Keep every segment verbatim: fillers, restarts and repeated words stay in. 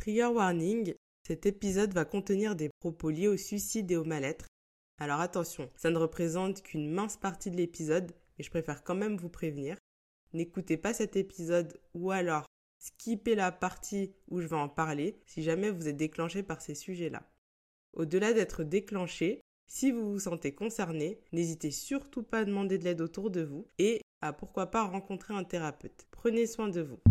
Trigger warning, cet épisode va contenir des propos liés au suicide et au mal-être. Alors attention, ça ne représente qu'une mince partie de l'épisode, mais je préfère quand même vous prévenir. N'écoutez pas cet épisode ou alors skippez la partie où je vais en parler si jamais vous êtes déclenché par ces sujets-là. Au-delà d'être déclenché, si vous vous sentez concerné, n'hésitez surtout pas à demander de l'aide autour de vous et à pourquoi pas rencontrer un thérapeute. Prenez soin de vous.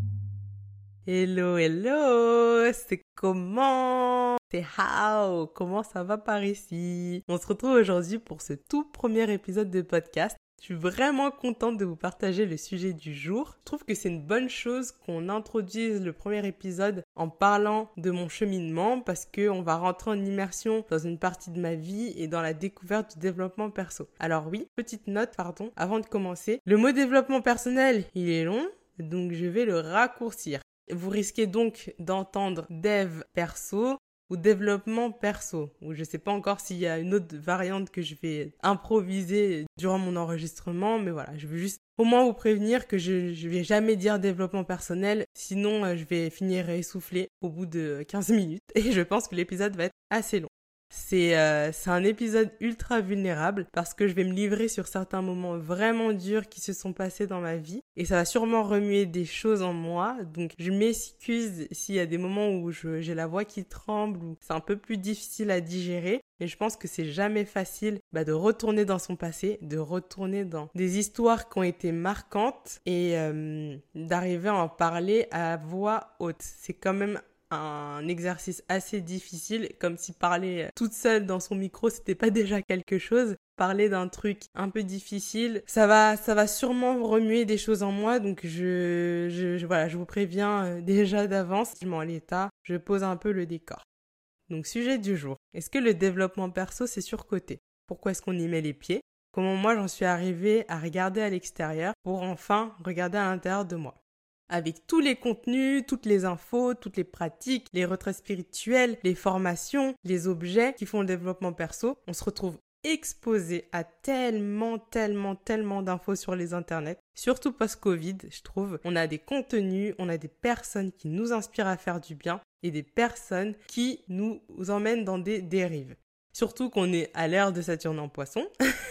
Hello, hello, c'est comment? C'est how? Comment ça va par ici? On se retrouve aujourd'hui pour ce tout premier épisode de podcast. Je suis vraiment contente de vous partager le sujet du jour. Je trouve que c'est une bonne chose qu'on introduise le premier épisode en parlant de mon cheminement parce qu'on va rentrer en immersion dans une partie de ma vie et dans la découverte du développement perso. Alors oui, petite note, pardon, avant de commencer. Le mot développement personnel, il est long, donc je vais le raccourcir. Vous risquez donc d'entendre dev perso ou développement perso, ou je ne sais pas encore s'il y a une autre variante que je vais improviser durant mon enregistrement, mais voilà, je veux juste au moins vous prévenir que je ne vais jamais dire développement personnel, sinon euh, je vais finir essoufflé au bout de quinze minutes, et je pense que l'épisode va être assez long. C'est, euh, c'est un épisode ultra vulnérable parce que je vais me livrer sur certains moments vraiment durs qui se sont passés dans ma vie et ça va sûrement remuer des choses en moi. Donc je m'excuse s'il y a des moments où je, j'ai la voix qui tremble ou c'est un peu plus difficile à digérer. Mais je pense que c'est jamais facile bah, de retourner dans son passé, de retourner dans des histoires qui ont été marquantes et euh, d'arriver à en parler à voix haute. C'est quand même un exercice assez difficile, comme si parler toute seule dans son micro, c'était pas déjà quelque chose. Parler d'un truc un peu difficile, ça va, ça va sûrement remuer des choses en moi, donc je, je, je voilà, je vous préviens déjà d'avance. En l'état, je pose un peu le décor. Donc, sujet du jour. Est-ce que le développement perso, c'est surcoté? Pourquoi est-ce qu'on y met les pieds? Comment moi, j'en suis arrivée à regarder à l'extérieur pour enfin regarder à l'intérieur de moi? Avec tous les contenus, toutes les infos, toutes les pratiques, les retraits spirituels, les formations, les objets qui font le développement perso, on se retrouve exposé à tellement, tellement, tellement d'infos sur les internets. Surtout post-Covid, je trouve. On a des contenus, on a des personnes qui nous inspirent à faire du bien et des personnes qui nous emmènent dans des dérives. Surtout qu'on est à l'ère de Saturne en Poisson.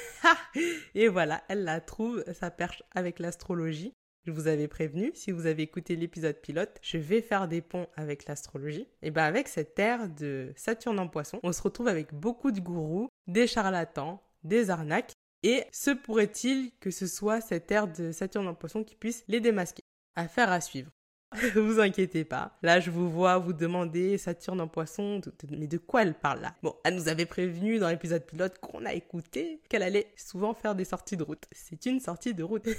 Et voilà, elle la trouve, sa perche avec l'astrologie. Je vous avais prévenu, si vous avez écouté l'épisode pilote, je vais faire des ponts avec l'astrologie. Et bien avec cette ère de Saturne en Poisson, on se retrouve avec beaucoup de gourous, des charlatans, des arnaques. Et se pourrait-il que ce soit cette ère de Saturne en Poisson qui puisse les démasquer? Affaire à suivre. Vous inquiétez pas. Là, je vous vois vous demander Saturne en Poisson, de, de, mais de quoi elle parle là? Bon, elle nous avait prévenu dans l'épisode pilote qu'on a écouté qu'elle allait souvent faire des sorties de route. C'est une sortie de route.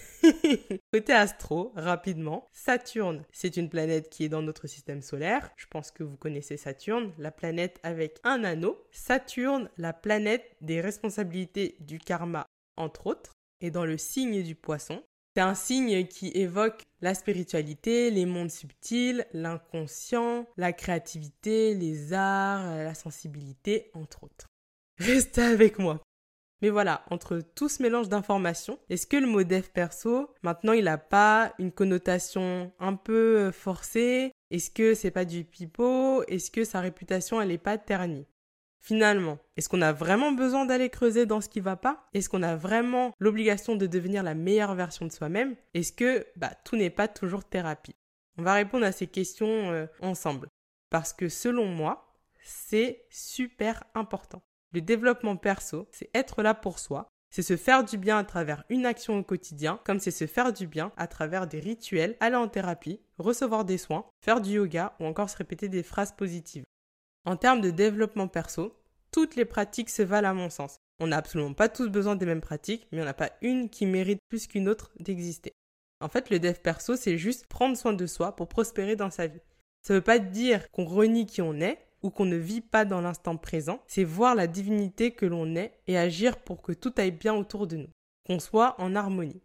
Côté astro, rapidement, Saturne, c'est une planète qui est dans notre système solaire. Je pense que vous connaissez Saturne, la planète avec un anneau. Saturne, la planète des responsabilités du karma, entre autres, est dans le signe du Poisson. C'est un signe qui évoque la spiritualité, les mondes subtils, l'inconscient, la créativité, les arts, la sensibilité, entre autres. Restez avec moi. Mais voilà, entre tout ce mélange d'informations, est-ce que le mot dev perso, maintenant, il n'a pas une connotation un peu forcée? Est-ce que c'est pas du pipeau? Est-ce que sa réputation, elle n'est pas ternie? Finalement, est-ce qu'on a vraiment besoin d'aller creuser dans ce qui va pas? Est-ce qu'on a vraiment l'obligation de devenir la meilleure version de soi-même? Est-ce que bah, tout n'est pas toujours thérapie? On va répondre à ces questions euh, ensemble. Parce que selon moi, c'est super important. Le développement perso, c'est être là pour soi. C'est se faire du bien à travers une action au quotidien, comme c'est se faire du bien à travers des rituels, aller en thérapie, recevoir des soins, faire du yoga ou encore se répéter des phrases positives. En termes de développement perso, toutes les pratiques se valent à mon sens. On n'a absolument pas tous besoin des mêmes pratiques, mais il n'y en a pas une qui mérite plus qu'une autre d'exister. En fait, le dev perso, c'est juste prendre soin de soi pour prospérer dans sa vie. Ça ne veut pas dire qu'on renie qui on est ou qu'on ne vit pas dans l'instant présent. C'est voir la divinité que l'on est et agir pour que tout aille bien autour de nous. Qu'on soit en harmonie.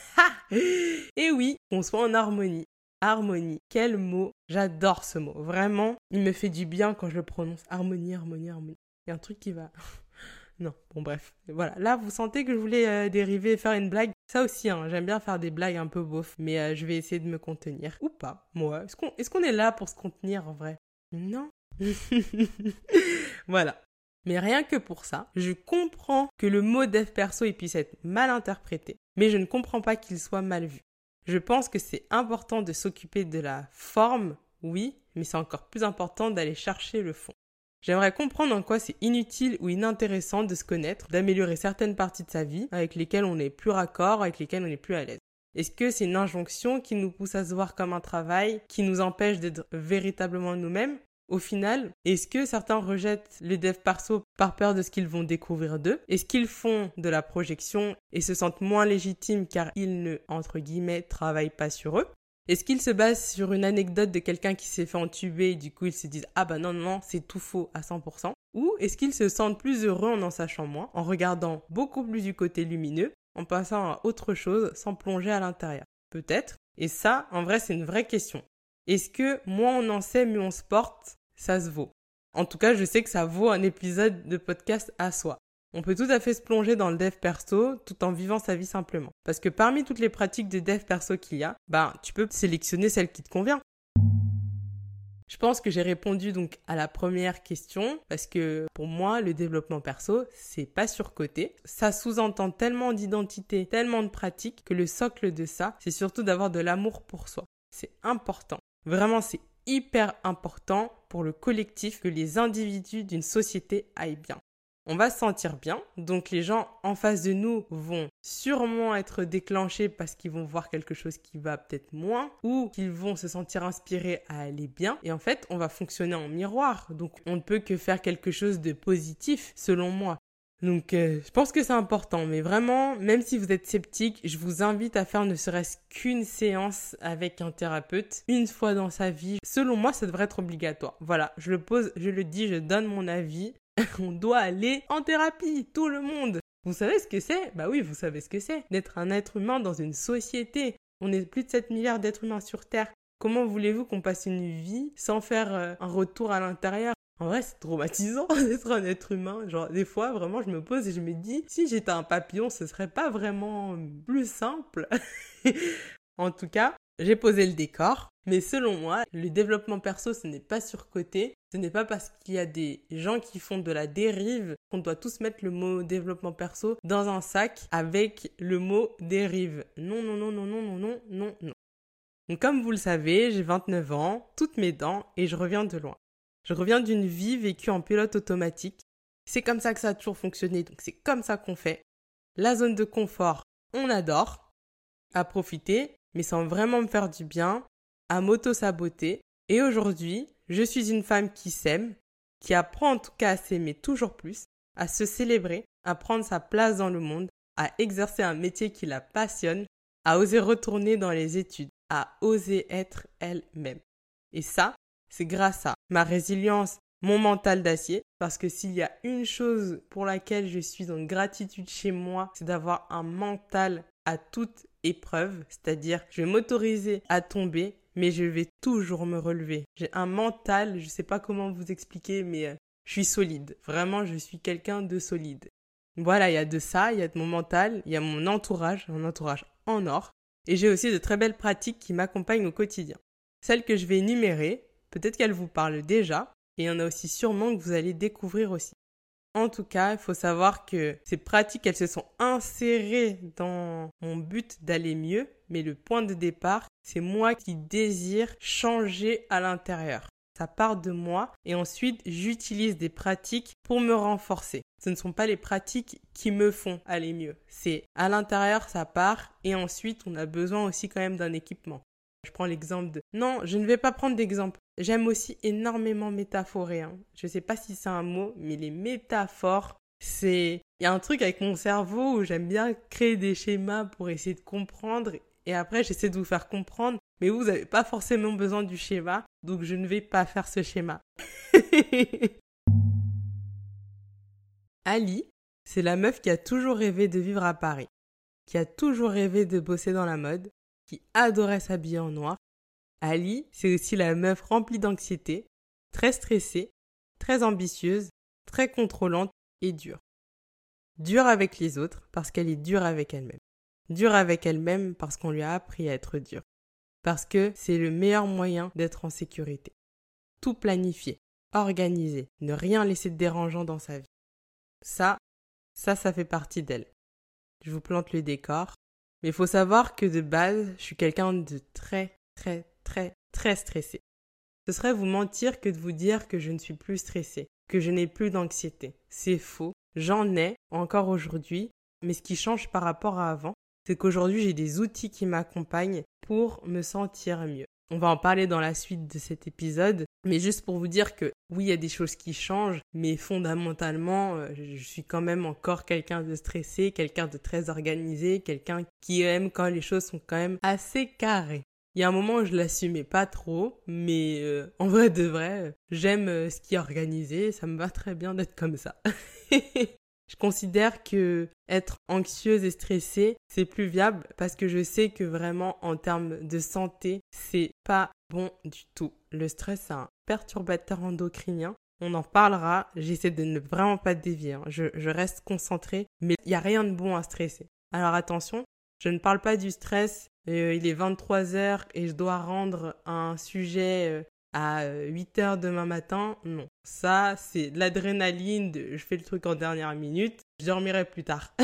Et oui, qu'on soit en harmonie. Harmonie, quel mot, j'adore ce mot, vraiment, il me fait du bien quand je le prononce, harmonie, harmonie, harmonie, il y a un truc qui va, non, bon bref, voilà, là vous sentez que je voulais euh, dériver et faire une blague, ça aussi, hein, j'aime bien faire des blagues un peu beauf, mais euh, je vais essayer de me contenir, ou pas, moi, est-ce qu'on, est-ce qu'on est là pour se contenir en vrai? Non. Voilà. Mais rien que pour ça, je comprends que le mot dev perso il puisse être mal interprété, mais je ne comprends pas qu'il soit mal vu. Je pense que c'est important de s'occuper de la forme, oui, mais c'est encore plus important d'aller chercher le fond. J'aimerais comprendre en quoi c'est inutile ou inintéressant de se connaître, d'améliorer certaines parties de sa vie avec lesquelles on n'est plus raccord, avec lesquelles on n'est plus à l'aise. Est-ce que c'est une injonction qui nous pousse à se voir comme un travail, qui nous empêche d'être véritablement nous-mêmes ? Au final, est-ce que certains rejettent le dev perso par peur de ce qu'ils vont découvrir d'eux ? Est-ce qu'ils font de la projection et se sentent moins légitimes car ils ne, entre guillemets, travaillent pas sur eux ? Est-ce qu'ils se basent sur une anecdote de quelqu'un qui s'est fait entuber et du coup ils se disent « Ah bah non, non, non, c'est tout faux à cent pour cent » Ou est-ce qu'ils se sentent plus heureux en en sachant moins, en regardant beaucoup plus du côté lumineux, en passant à autre chose sans plonger à l'intérieur ? Peut-être. Et ça, en vrai, c'est une vraie question. Est-ce que moins on en sait, mieux on se porte ? Ça se vaut. En tout cas, je sais que ça vaut un épisode de podcast à soi. On peut tout à fait se plonger dans le dev perso tout en vivant sa vie simplement. Parce que parmi toutes les pratiques de dev perso qu'il y a, bah, tu peux sélectionner celle qui te convient. Je pense que j'ai répondu donc à la première question parce que pour moi, le développement perso, c'est pas surcoté. Ça sous-entend tellement d'identité, tellement de pratiques que le socle de ça, c'est surtout d'avoir de l'amour pour soi. C'est important. Vraiment, c'est hyper important pour le collectif que les individus d'une société aillent bien. On va se sentir bien, donc les gens en face de nous vont sûrement être déclenchés parce qu'ils vont voir quelque chose qui va peut-être moins ou qu'ils vont se sentir inspirés à aller bien. Et en fait, on va fonctionner en miroir, donc on ne peut que faire quelque chose de positif selon moi. Donc euh, je pense que c'est important, mais vraiment, même si vous êtes sceptique, je vous invite à faire ne serait-ce qu'une séance avec un thérapeute une fois dans sa vie. Selon moi, ça devrait être obligatoire. Voilà, je le pose, je le dis, je donne mon avis. On doit aller en thérapie, tout le monde. Vous savez ce que c'est ? Bah oui, vous savez ce que c'est, d'être un être humain dans une société. On est plus de sept milliards d'êtres humains sur Terre. Comment voulez-vous qu'on passe une vie sans faire euh, un retour à l'intérieur ? En vrai, c'est traumatisant d'être un être humain. Genre, des fois, vraiment, je me pose et je me dis, si j'étais un papillon, ce serait pas vraiment plus simple. En tout cas, j'ai posé le décor. Mais selon moi, le développement perso, ce n'est pas surcoté. Ce n'est pas parce qu'il y a des gens qui font de la dérive qu'on doit tous mettre le mot développement perso dans un sac avec le mot dérive. Non, non, non, non, non, non, non, non, non. Donc, comme vous le savez, j'ai vingt-neuf ans, toutes mes dents, et je reviens de loin. Je reviens d'une vie vécue en pilote automatique. C'est comme ça que ça a toujours fonctionné, donc c'est comme ça qu'on fait. La zone de confort, on adore. À profiter, mais sans vraiment me faire du bien, à m'auto-saboter. Et aujourd'hui, je suis une femme qui s'aime, qui apprend en tout cas à s'aimer toujours plus, à se célébrer, à prendre sa place dans le monde, à exercer un métier qui la passionne, à oser retourner dans les études, à oser être elle-même. Et ça, c'est grâce à ma résilience, mon mental d'acier, parce que s'il y a une chose pour laquelle je suis en gratitude chez moi, c'est d'avoir un mental à toute épreuve, c'est-à-dire je vais m'autoriser à tomber, mais je vais toujours me relever. J'ai un mental, je ne sais pas comment vous expliquer, mais euh, je suis solide. Vraiment, je suis quelqu'un de solide. Voilà, il y a de ça, il y a de mon mental, il y a mon entourage, un entourage en or, et j'ai aussi de très belles pratiques qui m'accompagnent au quotidien. Celles que je vais énumérer, peut-être qu'elles vous parlent déjà, et il y en a aussi sûrement que vous allez découvrir aussi. En tout cas, il faut savoir que ces pratiques, elles se sont insérées dans mon but d'aller mieux, mais le point de départ, c'est moi qui désire changer à l'intérieur. Ça part de moi et ensuite, j'utilise des pratiques pour me renforcer. Ce ne sont pas les pratiques qui me font aller mieux. C'est à l'intérieur, ça part et ensuite, on a besoin aussi quand même d'un équipement. Je prends l'exemple de... Non, je ne vais pas prendre d'exemple. J'aime aussi énormément métaphorer. Hein. Je ne sais pas si c'est un mot, mais les métaphores, c'est... Il y a un truc avec mon cerveau où j'aime bien créer des schémas pour essayer de comprendre. Et après, j'essaie de vous faire comprendre. Mais vous n'avez pas forcément besoin du schéma. Donc, je ne vais pas faire ce schéma. Ali, c'est la meuf qui a toujours rêvé de vivre à Paris. Qui a toujours rêvé de bosser dans la mode. Qui adorait s'habiller en noir. Ali, c'est aussi la meuf remplie d'anxiété, très stressée, très ambitieuse, très contrôlante et dure. Dure avec les autres parce qu'elle est dure avec elle-même. Dure avec elle-même parce qu'on lui a appris à être dure. Parce que c'est le meilleur moyen d'être en sécurité. tout planifier, organiser, ne rien laisser de dérangeant dans sa vie. Ça, ça, ça fait partie d'elle. Je vous plante le décor. Mais il faut savoir que de base, je suis quelqu'un de très, très, très, très stressé. Ce serait vous mentir que de vous dire que je ne suis plus stressée, que je n'ai plus d'anxiété. C'est faux. J'en ai encore aujourd'hui, mais ce qui change par rapport à avant, c'est qu'aujourd'hui, j'ai des outils qui m'accompagnent pour me sentir mieux. On va en parler dans la suite de cet épisode, mais juste pour vous dire que oui, il y a des choses qui changent, mais fondamentalement, euh, je suis quand même encore quelqu'un de stressé, quelqu'un de très organisé, quelqu'un qui aime quand les choses sont quand même assez carrées. Il y a un moment où je l'assumais pas trop, mais euh, en vrai de vrai, j'aime euh, ce qui est organisé, ça me va très bien d'être comme ça. Je considère que être anxieuse et stressée, c'est plus viable parce que je sais que vraiment en termes de santé, c'est pas bon du tout. Le stress, c'est un perturbateur endocrinien. On en parlera. J'essaie de ne vraiment pas dévier. Hein. Je, je reste concentrée, mais il n'y a rien de bon à stresser. Alors attention, je ne parle pas du stress. Euh, il est vingt-trois heures et je dois rendre un sujet euh, à huit heures demain matin. Non, ça, c'est de l'adrénaline. De, je fais le truc en dernière minute. Je dormirai plus tard.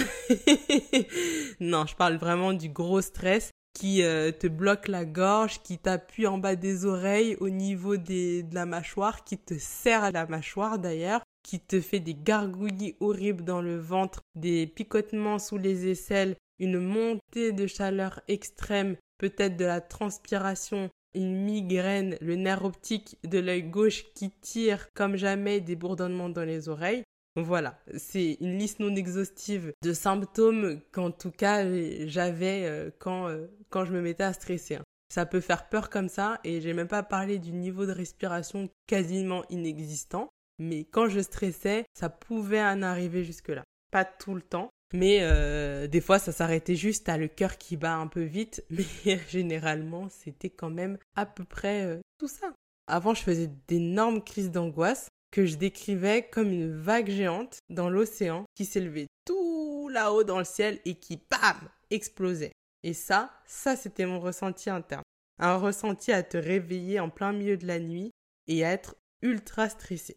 Non, je parle vraiment du gros stress qui euh, te bloque la gorge, qui t'appuie en bas des oreilles au niveau des, de la mâchoire, qui te serre à la mâchoire d'ailleurs, qui te fait des gargouillis horribles dans le ventre, des picotements sous les aisselles, une montée de chaleur extrême, peut-être de la transpiration, une migraine, le nerf optique de l'œil gauche qui tire comme jamais, des bourdonnements dans les oreilles. Voilà, c'est une liste non exhaustive de symptômes qu'en tout cas j'avais euh, quand, euh, quand je me mettais à stresser. Hein. Ça peut faire peur comme ça et j'ai même pas parlé du niveau de respiration quasiment inexistant. Mais quand je stressais, ça pouvait en arriver jusque-là. Pas tout le temps, mais euh, des fois ça s'arrêtait juste à le cœur qui bat un peu vite. Mais généralement, c'était quand même à peu près euh, tout ça. Avant, je faisais d'énormes crises d'angoisse que je décrivais comme une vague géante dans l'océan qui s'élevait tout là-haut dans le ciel et qui, bam, explosait. Et ça, ça c'était mon ressenti interne. Un ressenti à te réveiller en plein milieu de la nuit et à être ultra stressé.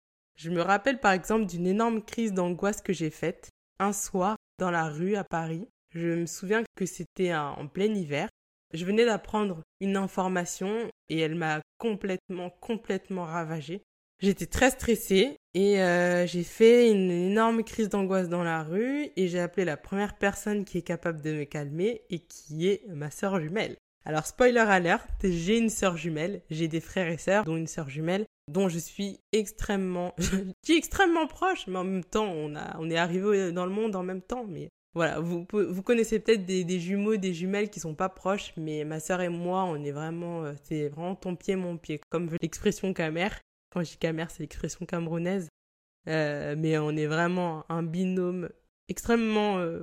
Je me rappelle par exemple d'une énorme crise d'angoisse que j'ai faite un soir dans la rue à Paris. Je me souviens que c'était en plein hiver. Je venais d'apprendre une information et elle m'a complètement, complètement ravagée. J'étais très stressée et euh, j'ai fait une énorme crise d'angoisse dans la rue et j'ai appelé la première personne qui est capable de me calmer et qui est ma sœur jumelle. Alors spoiler alert, j'ai une sœur jumelle, j'ai des frères et sœurs dont une sœur jumelle dont je suis extrêmement, je dis extrêmement proche, mais en même temps on a, on est arrivé dans le monde en même temps, mais voilà, vous, vous connaissez peut-être des, des jumeaux, des jumelles qui sont pas proches, mais ma sœur et moi on est vraiment, c'est vraiment ton pied mon pied, comme veut l'expression camère. Quand je dis camère, c'est l'expression camerounaise. Euh, mais on est vraiment un binôme extrêmement... Euh...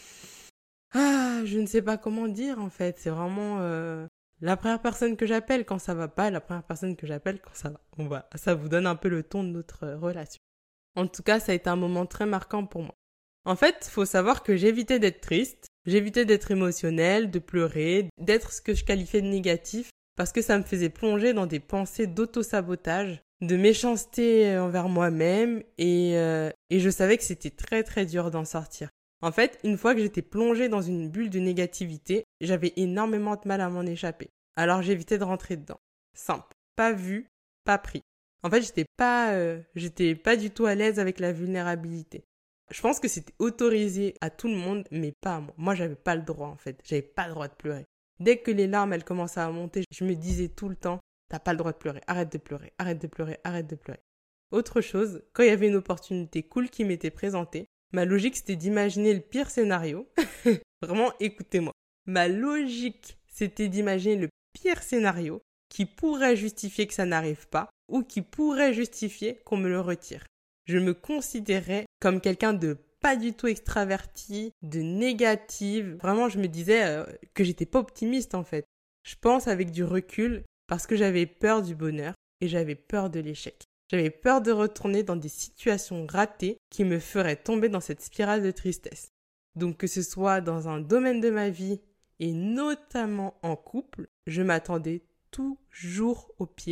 Ah, je ne sais pas comment dire en fait. C'est vraiment euh, la première personne que j'appelle quand ça va pas et la première personne que j'appelle quand ça va. Bon, bah, ça vous donne un peu le ton de notre relation. En tout cas, ça a été un moment très marquant pour moi. En fait, il faut savoir que j'évitais d'être triste, j'évitais d'être émotionnelle, de pleurer, d'être ce que je qualifiais de négatif parce que ça me faisait plonger dans des pensées d'auto-sabotage, de méchanceté envers moi-même et, euh, et je savais que c'était très très dur d'en sortir. En fait, une fois que j'étais plongée dans une bulle de négativité, j'avais énormément de mal à m'en échapper. Alors j'évitais de rentrer dedans. Simple. Pas vu, pas pris. En fait, j'étais pas, euh, j'étais pas du tout à l'aise avec la vulnérabilité. Je pense que c'était autorisé à tout le monde, mais pas à moi. Moi, j'avais pas le droit en fait. J'avais pas le droit de pleurer. Dès que les larmes, elles commençaient à monter, je me disais tout le temps, t'as pas le droit de pleurer, arrête de pleurer, arrête de pleurer, arrête de pleurer. Autre chose, quand il y avait une opportunité cool qui m'était présentée, ma logique c'était d'imaginer le pire scénario. Vraiment, écoutez-moi. Ma logique c'était d'imaginer le pire scénario qui pourrait justifier que ça n'arrive pas ou qui pourrait justifier qu'on me le retire. Je me considérais comme quelqu'un de pas du tout extraverti, de négative. Vraiment, je me disais euh, que j'étais pas optimiste en fait. Je pense avec du recul parce que j'avais peur du bonheur et j'avais peur de l'échec. J'avais peur de retourner dans des situations ratées qui me feraient tomber dans cette spirale de tristesse. Donc que ce soit dans un domaine de ma vie et notamment en couple, je m'attendais toujours au pire.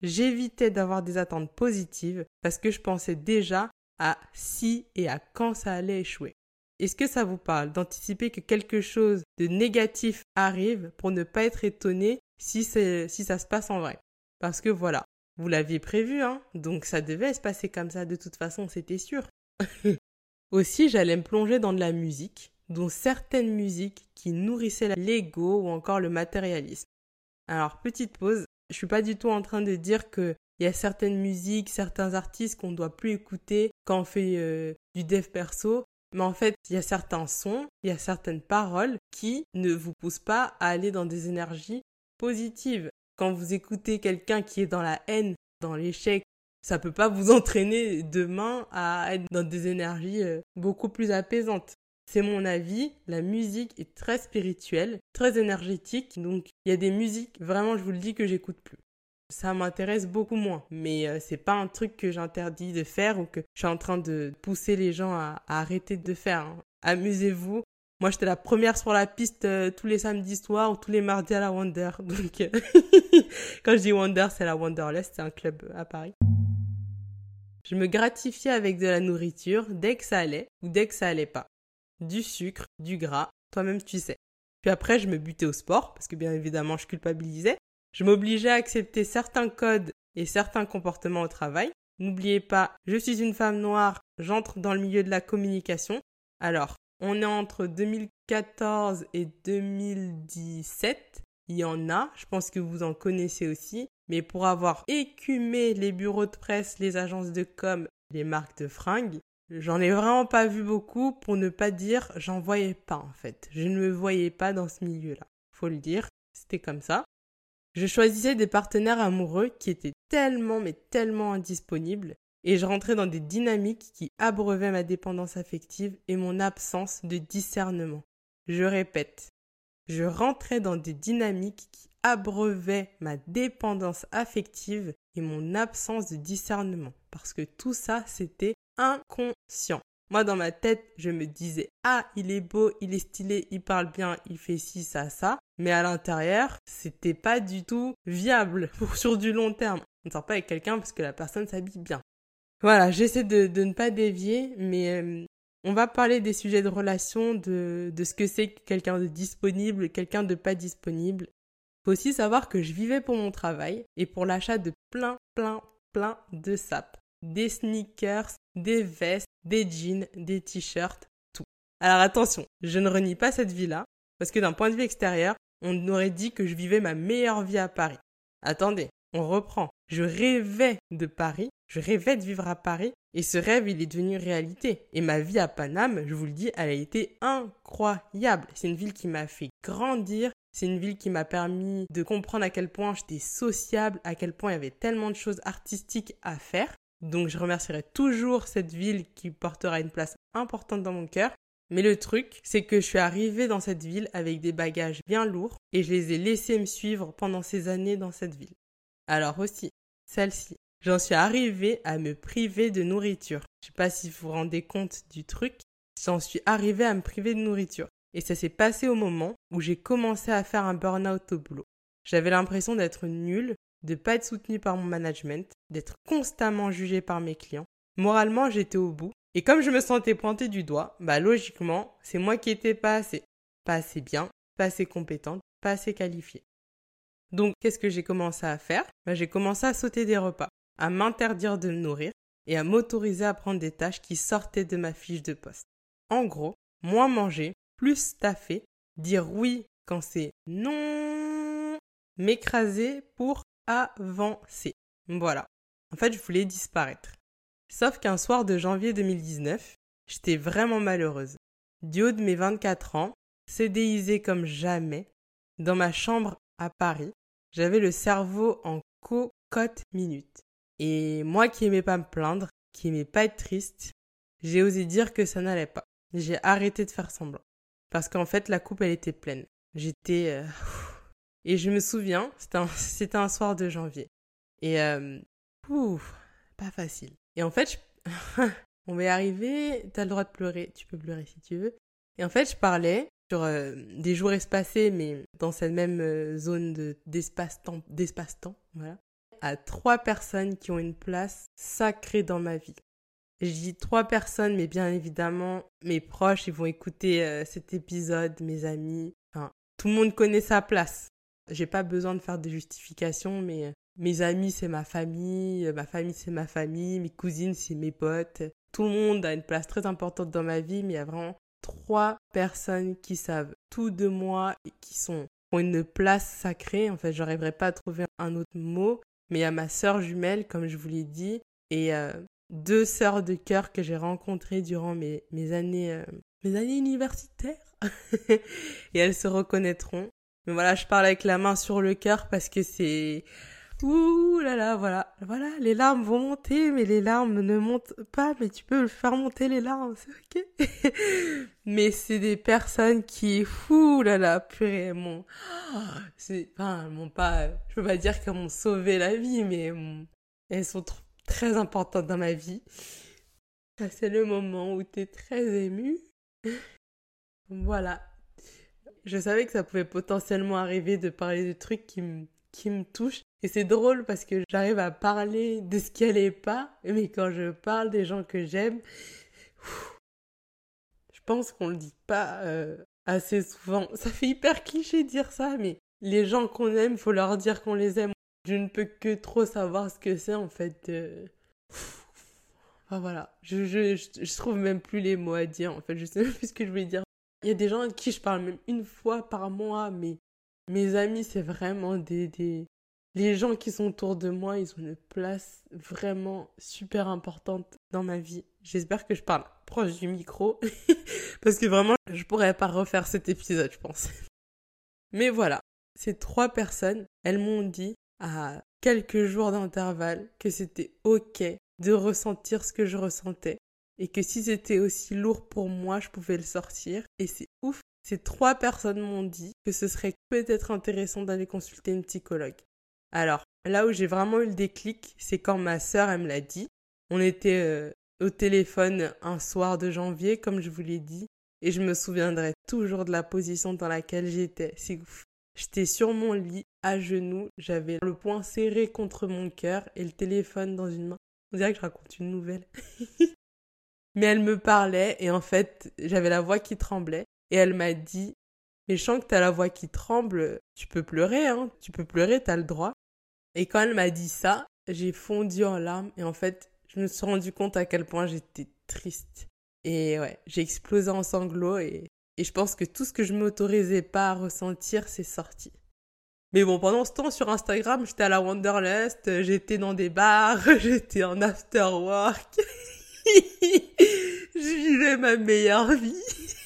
j'évitais d'avoir des attentes positives parce que je pensais déjà à si et à quand ça allait échouer. Est-ce que ça vous parle d'anticiper que quelque chose de négatif arrive pour ne pas être étonné si, c'est, si ça se passe en vrai? Parce que voilà, vous l'aviez prévu, hein, donc ça devait se passer comme ça de toute façon, c'était sûr. Aussi, j'allais me plonger dans de la musique, dont certaines musiques qui nourrissaient l'ego ou encore le matérialisme. Alors, petite pause, je suis pas du tout en train de dire qu'il y a certaines musiques, certains artistes qu'on ne doit plus écouter quand on fait euh, du dev perso, mais en fait, il y a certains sons, il y a certaines paroles qui ne vous poussent pas à aller dans des énergies positives. Quand vous écoutez quelqu'un qui est dans la haine, dans l'échec, ça peut pas vous entraîner demain à être dans des énergies euh, beaucoup plus apaisantes. C'est mon avis, la musique est très spirituelle, très énergétique, donc il y a des musiques, vraiment je vous le dis, que j'écoute plus. Ça m'intéresse beaucoup moins, mais euh, c'est pas un truc que j'interdis de faire ou que je suis en train de pousser les gens à, à arrêter de faire. Hein. Amusez-vous. Moi, j'étais la première sur la piste euh, tous les samedis soirs ou tous les mardis à la Wonder. Donc, euh, quand je dis Wonder, c'est la Wanderlust, c'est un club à Paris. Je me gratifiais avec de la nourriture dès que ça allait ou dès que ça allait pas. Du sucre, du gras, toi-même tu sais. Puis après, je me butais au sport, parce que bien évidemment, je culpabilisais. Je m'obligeais à accepter certains codes et certains comportements au travail. N'oubliez pas, je suis une femme noire, j'entre dans le milieu de la communication. Alors, on est entre deux mille quatorze et deux mille dix-sept. Il y en a, je pense que vous en connaissez aussi. Mais pour avoir écumé les bureaux de presse, les agences de com, les marques de fringues, j'en ai vraiment pas vu beaucoup, pour ne pas dire j'en voyais pas en fait. Je ne me voyais pas dans ce milieu-là. Faut le dire, c'était comme ça. Je choisissais des partenaires amoureux qui étaient tellement mais tellement indisponibles et je rentrais dans des dynamiques qui abreuvaient ma dépendance affective et mon absence de discernement. Je répète, je rentrais dans des dynamiques qui abreuvaient ma dépendance affective et mon absence de discernement parce que tout ça c'était inconscient. Moi, dans ma tête, je me disais « Ah, il est beau, il est stylé, il parle bien, il fait ci, ça, ça. » Mais à l'intérieur, c'était pas du tout viable pour sur du long terme. On ne sort pas avec quelqu'un parce que la personne s'habille bien. Voilà, j'essaie de, de ne pas dévier, mais euh, on va parler des sujets de relation, de, de ce que c'est que quelqu'un de disponible, quelqu'un de pas disponible. Faut aussi savoir que je vivais pour mon travail et pour l'achat de plein, plein, plein de sapes. Des sneakers, des vestes, des jeans, des t-shirts, tout. Alors attention, je ne renie pas cette vie-là, parce que d'un point de vue extérieur, on aurait dit que je vivais ma meilleure vie à Paris. Attendez, on reprend. Je rêvais de Paris, je rêvais de vivre à Paris, et ce rêve, il est devenu réalité. Et ma vie à Paname, je vous le dis, elle a été incroyable. C'est une ville qui m'a fait grandir, c'est une ville qui m'a permis de comprendre à quel point j'étais sociable, à quel point il y avait tellement de choses artistiques à faire. Donc je remercierai toujours cette ville qui portera une place importante dans mon cœur. Mais le truc, c'est que je suis arrivée dans cette ville avec des bagages bien lourds et je les ai laissés me suivre pendant ces années dans cette ville. Alors aussi, celle-ci, j'en suis arrivée à me priver de nourriture. Je sais pas si vous vous rendez compte du truc, j'en suis arrivée à me priver de nourriture. Et ça s'est passé au moment où j'ai commencé à faire un burn-out au boulot. J'avais l'impression d'être nulle, de pas être soutenue par mon management, d'être constamment jugée par mes clients. Moralement, j'étais au bout. Et comme je me sentais pointée du doigt, bah logiquement, c'est moi qui étais pas assez. Pas assez bien, pas assez compétente, pas assez qualifiée. Donc, qu'est-ce que j'ai commencé à faire? Bah, j'ai commencé à sauter des repas, à m'interdire de me nourrir et à m'autoriser à prendre des tâches qui sortaient de ma fiche de poste. En gros, moins manger, plus staffer, dire oui quand c'est non, m'écraser pour avancer. Voilà. En fait, je voulais disparaître. Sauf qu'un soir de janvier deux mille dix-neuf, j'étais vraiment malheureuse. Du haut de mes vingt-quatre ans, cédéisée comme jamais, dans ma chambre à Paris, j'avais le cerveau en cocotte minute. Et moi qui aimais pas me plaindre, qui aimais pas être triste, j'ai osé dire que ça n'allait pas. J'ai arrêté de faire semblant. Parce qu'en fait, la coupe, elle était pleine. J'étais... Euh... Et je me souviens, c'était un, c'était un soir de janvier. Et... Euh... Ouf, pas facile. Et en fait, je... on m'est arrivé, t'as le droit de pleurer, tu peux pleurer si tu veux. Et en fait, je parlais sur euh, des jours espacés, mais dans cette même euh, zone de, d'espace-temps, d'espace-temps, voilà, à trois personnes qui ont une place sacrée dans ma vie. Je dis trois personnes, mais bien évidemment, mes proches, ils vont écouter euh, cet épisode, mes amis. Enfin, tout le monde connaît sa place. J'ai pas besoin de faire des justifications, mais euh, mes amis, c'est ma famille, euh, ma famille, c'est ma famille, mes cousines, c'est mes potes. Tout le monde a une place très importante dans ma vie, mais il y a vraiment trois personnes qui savent tout de moi et qui sont, ont une place sacrée. En fait, je n'arriverai pas à trouver un autre mot, mais il y a ma sœur jumelle, comme je vous l'ai dit, et euh, deux sœurs de cœur que j'ai rencontrées durant mes, mes, années, euh, mes années universitaires. Et elles se reconnaîtront. Mais voilà, je parle avec la main sur le cœur parce que c'est... Ouh là là, voilà. Voilà, les larmes vont monter, mais les larmes ne montent pas, mais tu peux faire monter les larmes, c'est ok. Mais c'est des personnes qui, ouh là là, purée, mon... C'est... Enfin, elles m'ont pas... Je peux pas dire qu'elles m'ont sauvé la vie, mais elles sont trop très importante dans ma vie. Ça, c'est le moment où t'es très ému. Voilà. Je savais que ça pouvait potentiellement arriver de parler de trucs qui me, qui me touchent. Et c'est drôle parce que j'arrive à parler de ce qui allait pas. Mais quand je parle des gens que j'aime, je pense qu'on le dit pas euh, assez souvent. Ça fait hyper cliché de dire ça, mais les gens qu'on aime, il faut leur dire qu'on les aime. Je ne peux que trop savoir ce que c'est en fait. Euh... Enfin voilà, je, je, je, je trouve même plus les mots à dire en fait, je sais même plus ce que je voulais dire. Il y a des gens avec qui je parle même une fois par mois, mais mes amis c'est vraiment des, des... Les gens qui sont autour de moi, ils ont une place vraiment super importante dans ma vie. J'espère que je parle proche du micro, parce que vraiment je pourrais pas refaire cet épisode je pense. Mais voilà, ces trois personnes, elles m'ont dit à quelques jours d'intervalle que c'était ok de ressentir ce que je ressentais et que si c'était aussi lourd pour moi, je pouvais le sortir. Et c'est ouf, ces trois personnes m'ont dit que ce serait peut-être intéressant d'aller consulter une psychologue. Alors, là où j'ai vraiment eu le déclic, c'est quand ma sœur, elle me l'a dit. On était euh, au téléphone un soir de janvier, comme je vous l'ai dit, et je me souviendrai toujours de la position dans laquelle j'étais. C'est ouf. J'étais sur mon lit, à genoux, j'avais le poing serré contre mon cœur et le téléphone dans une main. On dirait que je raconte une nouvelle. Mais elle me parlait et en fait, j'avais la voix qui tremblait. Et elle m'a dit, mais je sens que t'as la voix qui tremble, tu peux pleurer, hein. Tu peux pleurer, t'as le droit. Et quand elle m'a dit ça, j'ai fondu en larmes. Et en fait, je me suis rendu compte à quel point j'étais triste. Et ouais, j'ai explosé en sanglots et, et je pense que tout ce que je m'autorisais pas à ressentir, c'est sorti. Mais bon, pendant ce temps, sur Instagram, j'étais à la Wanderlust, j'étais dans des bars, j'étais en after work. Je vivais ma meilleure vie.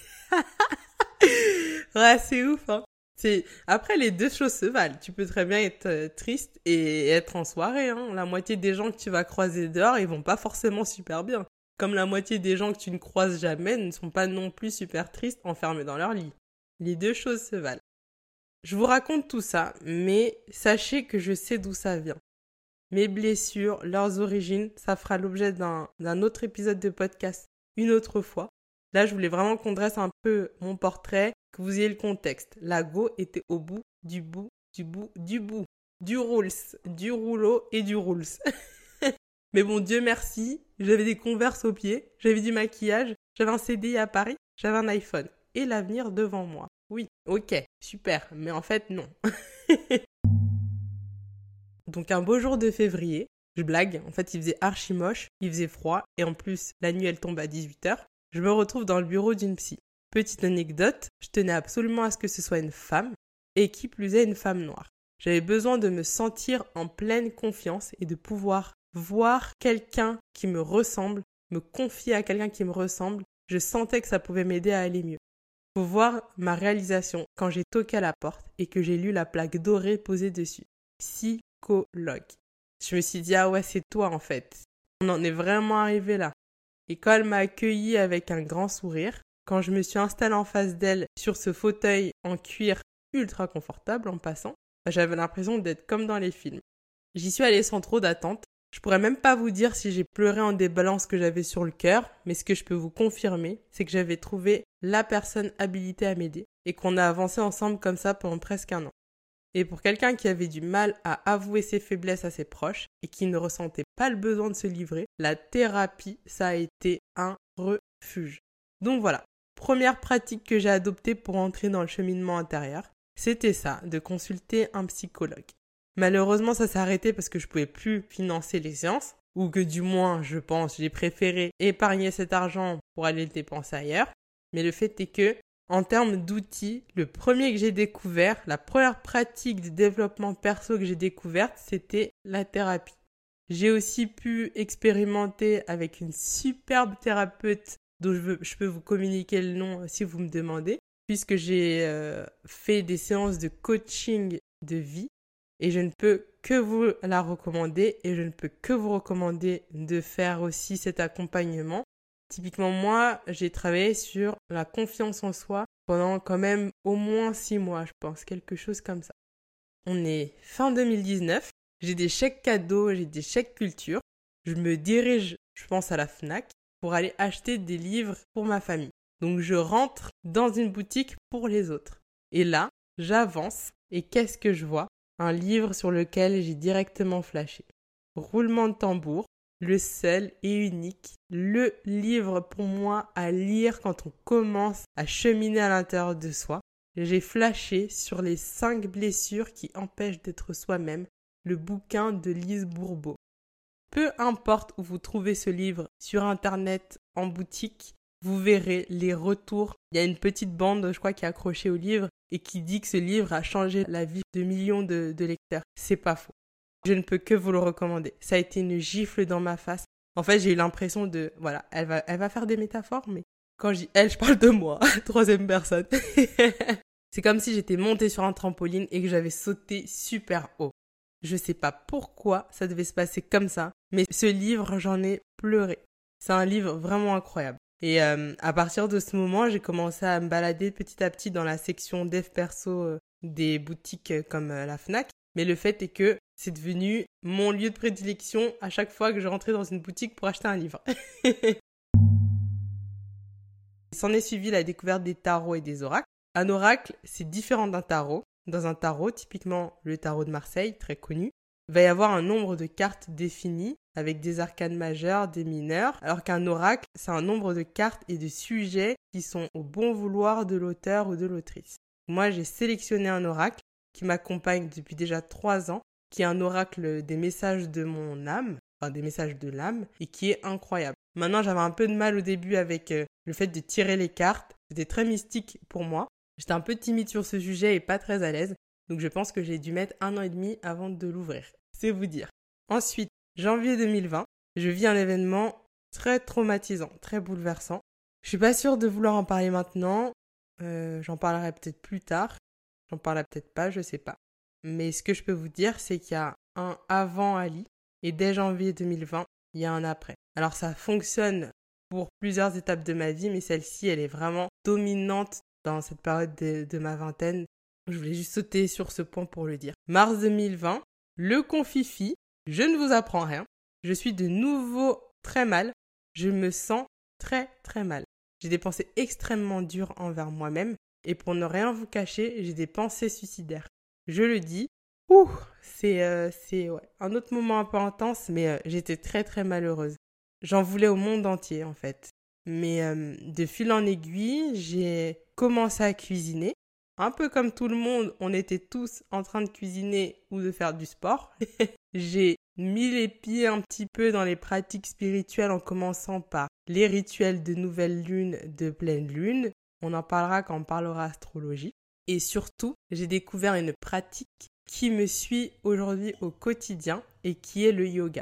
Ouais, c'est ouf, hein. C'est... Après, les deux choses se valent. Tu peux très bien être euh, triste et être en soirée, hein. La moitié des gens que tu vas croiser dehors, ils vont pas forcément super bien. Comme la moitié des gens que tu ne croises jamais ne sont pas non plus super tristes enfermés dans leur lit. Les deux choses se valent. Je vous raconte tout ça, mais sachez que je sais d'où ça vient. Mes blessures, leurs origines, ça fera l'objet d'un, d'un autre épisode de podcast une autre fois. Là, je voulais vraiment qu'on dresse un peu mon portrait, que vous ayez le contexte. La go était au bout, du bout, du bout, du bout, du rules, du rouleau et du rules. Mais bon, Dieu merci, j'avais des Converse aux pieds, j'avais du maquillage, j'avais un C D I à Paris, j'avais un iPhone et l'avenir devant moi. Oui, ok, super, mais en fait, non. Donc un beau jour de février, je blague, en fait il faisait archi moche, il faisait froid, et en plus la nuit elle tombe à dix-huit heures, je me retrouve dans le bureau d'une psy. Petite anecdote, je tenais absolument à ce que ce soit une femme, et qui plus est une femme noire. J'avais besoin de me sentir en pleine confiance et de pouvoir voir quelqu'un qui me ressemble, me confier à quelqu'un qui me ressemble, je sentais que ça pouvait m'aider à aller mieux. Faut voir ma réalisation quand j'ai toqué à la porte et que j'ai lu la plaque dorée posée dessus. Psychologue. Je me suis dit, ah ouais, c'est toi en fait. On en est vraiment arrivé là. Et quand elle m'a accueilli avec un grand sourire, quand je me suis installée en face d'elle sur ce fauteuil en cuir ultra confortable en passant, j'avais l'impression d'être comme dans les films. J'y suis allée sans trop d'attente. Je pourrais même pas vous dire si j'ai pleuré en déballant ce que j'avais sur le cœur, mais ce que je peux vous confirmer, c'est que j'avais trouvé la personne habilitée à m'aider et qu'on a avancé ensemble comme ça pendant presque un an. Et pour quelqu'un qui avait du mal à avouer ses faiblesses à ses proches et qui ne ressentait pas le besoin de se livrer, la thérapie, ça a été un refuge. Donc voilà, première pratique que j'ai adoptée pour entrer dans le cheminement intérieur, c'était ça, de consulter un psychologue. Malheureusement, ça s'est arrêté parce que je pouvais plus financer les séances, ou que du moins, je pense, j'ai préféré épargner cet argent pour aller le dépenser ailleurs. Mais le fait est que, en termes d'outils, le premier que j'ai découvert, la première pratique de développement perso que j'ai découverte, c'était la thérapie. J'ai aussi pu expérimenter avec une superbe thérapeute dont je, veux, je peux vous communiquer le nom si vous me demandez, puisque j'ai euh, fait des séances de coaching de vie et je ne peux que vous la recommander et je ne peux que vous recommander de faire aussi cet accompagnement. Typiquement, moi, j'ai travaillé sur la confiance en soi pendant quand même au moins six mois, je pense, quelque chose comme ça. On est fin deux mille dix-neuf, j'ai des chèques cadeaux, j'ai des chèques culture. Je me dirige, je pense, à la Fnac pour aller acheter des livres pour ma famille. Donc, je rentre dans une boutique pour les autres. Et là, j'avance et qu'est-ce que je vois ? Un livre sur lequel j'ai directement flashé. Roulement de tambour. Le seul et unique, le livre pour moi à lire quand on commence à cheminer à l'intérieur de soi. J'ai flashé sur les cinq blessures qui empêchent d'être soi-même, le bouquin de Lise Bourbeau. Peu importe où vous trouvez ce livre, sur internet, en boutique, vous verrez les retours. Il y a une petite bande, je crois, qui est accrochée au livre et qui dit que ce livre a changé la vie de millions de, de lecteurs. C'est pas faux. Je ne peux que vous le recommander. Ça a été une gifle dans ma face. En fait, j'ai eu l'impression de... Voilà, elle va, elle va faire des métaphores, mais quand je dis elle, je parle de moi, troisième personne. C'est comme si j'étais montée sur un trampoline et que j'avais sauté super haut. Je sais pas pourquoi ça devait se passer comme ça, mais ce livre, j'en ai pleuré. C'est un livre vraiment incroyable. Et euh, à partir de ce moment, j'ai commencé à me balader petit à petit dans la section dev perso euh, des boutiques euh, comme euh, la Fnac. Mais le fait est que c'est devenu mon lieu de prédilection à chaque fois que je rentrais dans une boutique pour acheter un livre. S'en est suivi la découverte des tarots et des oracles. Un oracle, c'est différent d'un tarot. Dans un tarot, typiquement le tarot de Marseille, très connu, il va y avoir un nombre de cartes définies avec des arcanes majeures, des mineurs, alors qu'un oracle, c'est un nombre de cartes et de sujets qui sont au bon vouloir de l'auteur ou de l'autrice. Moi, j'ai sélectionné un oracle qui m'accompagne depuis déjà trois ans, qui est un oracle des messages de mon âme, enfin des messages de l'âme, et qui est incroyable. Maintenant, j'avais un peu de mal au début avec euh, le fait de tirer les cartes. C'était très mystique pour moi. J'étais un peu timide sur ce sujet et pas très à l'aise. Donc je pense que j'ai dû mettre un an et demi avant de l'ouvrir. C'est vous dire. Ensuite, janvier deux mille vingt, je vis un événement très traumatisant, très bouleversant. Je suis pas sûre de vouloir en parler maintenant. Euh, j'en parlerai peut-être plus tard. J'en parlerai peut-être pas, je sais pas. Mais ce que je peux vous dire, c'est qu'il y a un avant Ali et dès janvier deux mille vingt, il y a un après. Alors ça fonctionne pour plusieurs étapes de ma vie, mais celle-ci, elle est vraiment dominante dans cette période de, de ma vingtaine. Je voulais juste sauter sur ce point pour le dire. Mars deux mille vingt, le confifi, je ne vous apprends rien. Je suis de nouveau très mal. Je me sens très très mal. J'ai des pensées extrêmement dures envers moi-même et pour ne rien vous cacher, j'ai des pensées suicidaires. Je le dis, ouh, c'est, euh, c'est ouais, un autre moment un peu intense, mais euh, j'étais très très malheureuse. J'en voulais au monde entier en fait. Mais euh, de fil en aiguille, j'ai commencé à cuisiner. Un peu comme tout le monde, on était tous en train de cuisiner ou de faire du sport. J'ai mis les pieds un petit peu dans les pratiques spirituelles en commençant par les rituels de nouvelle lune, de pleine lune. On en parlera quand on parlera astrologie. Et surtout, j'ai découvert une pratique qui me suit aujourd'hui au quotidien et qui est le yoga.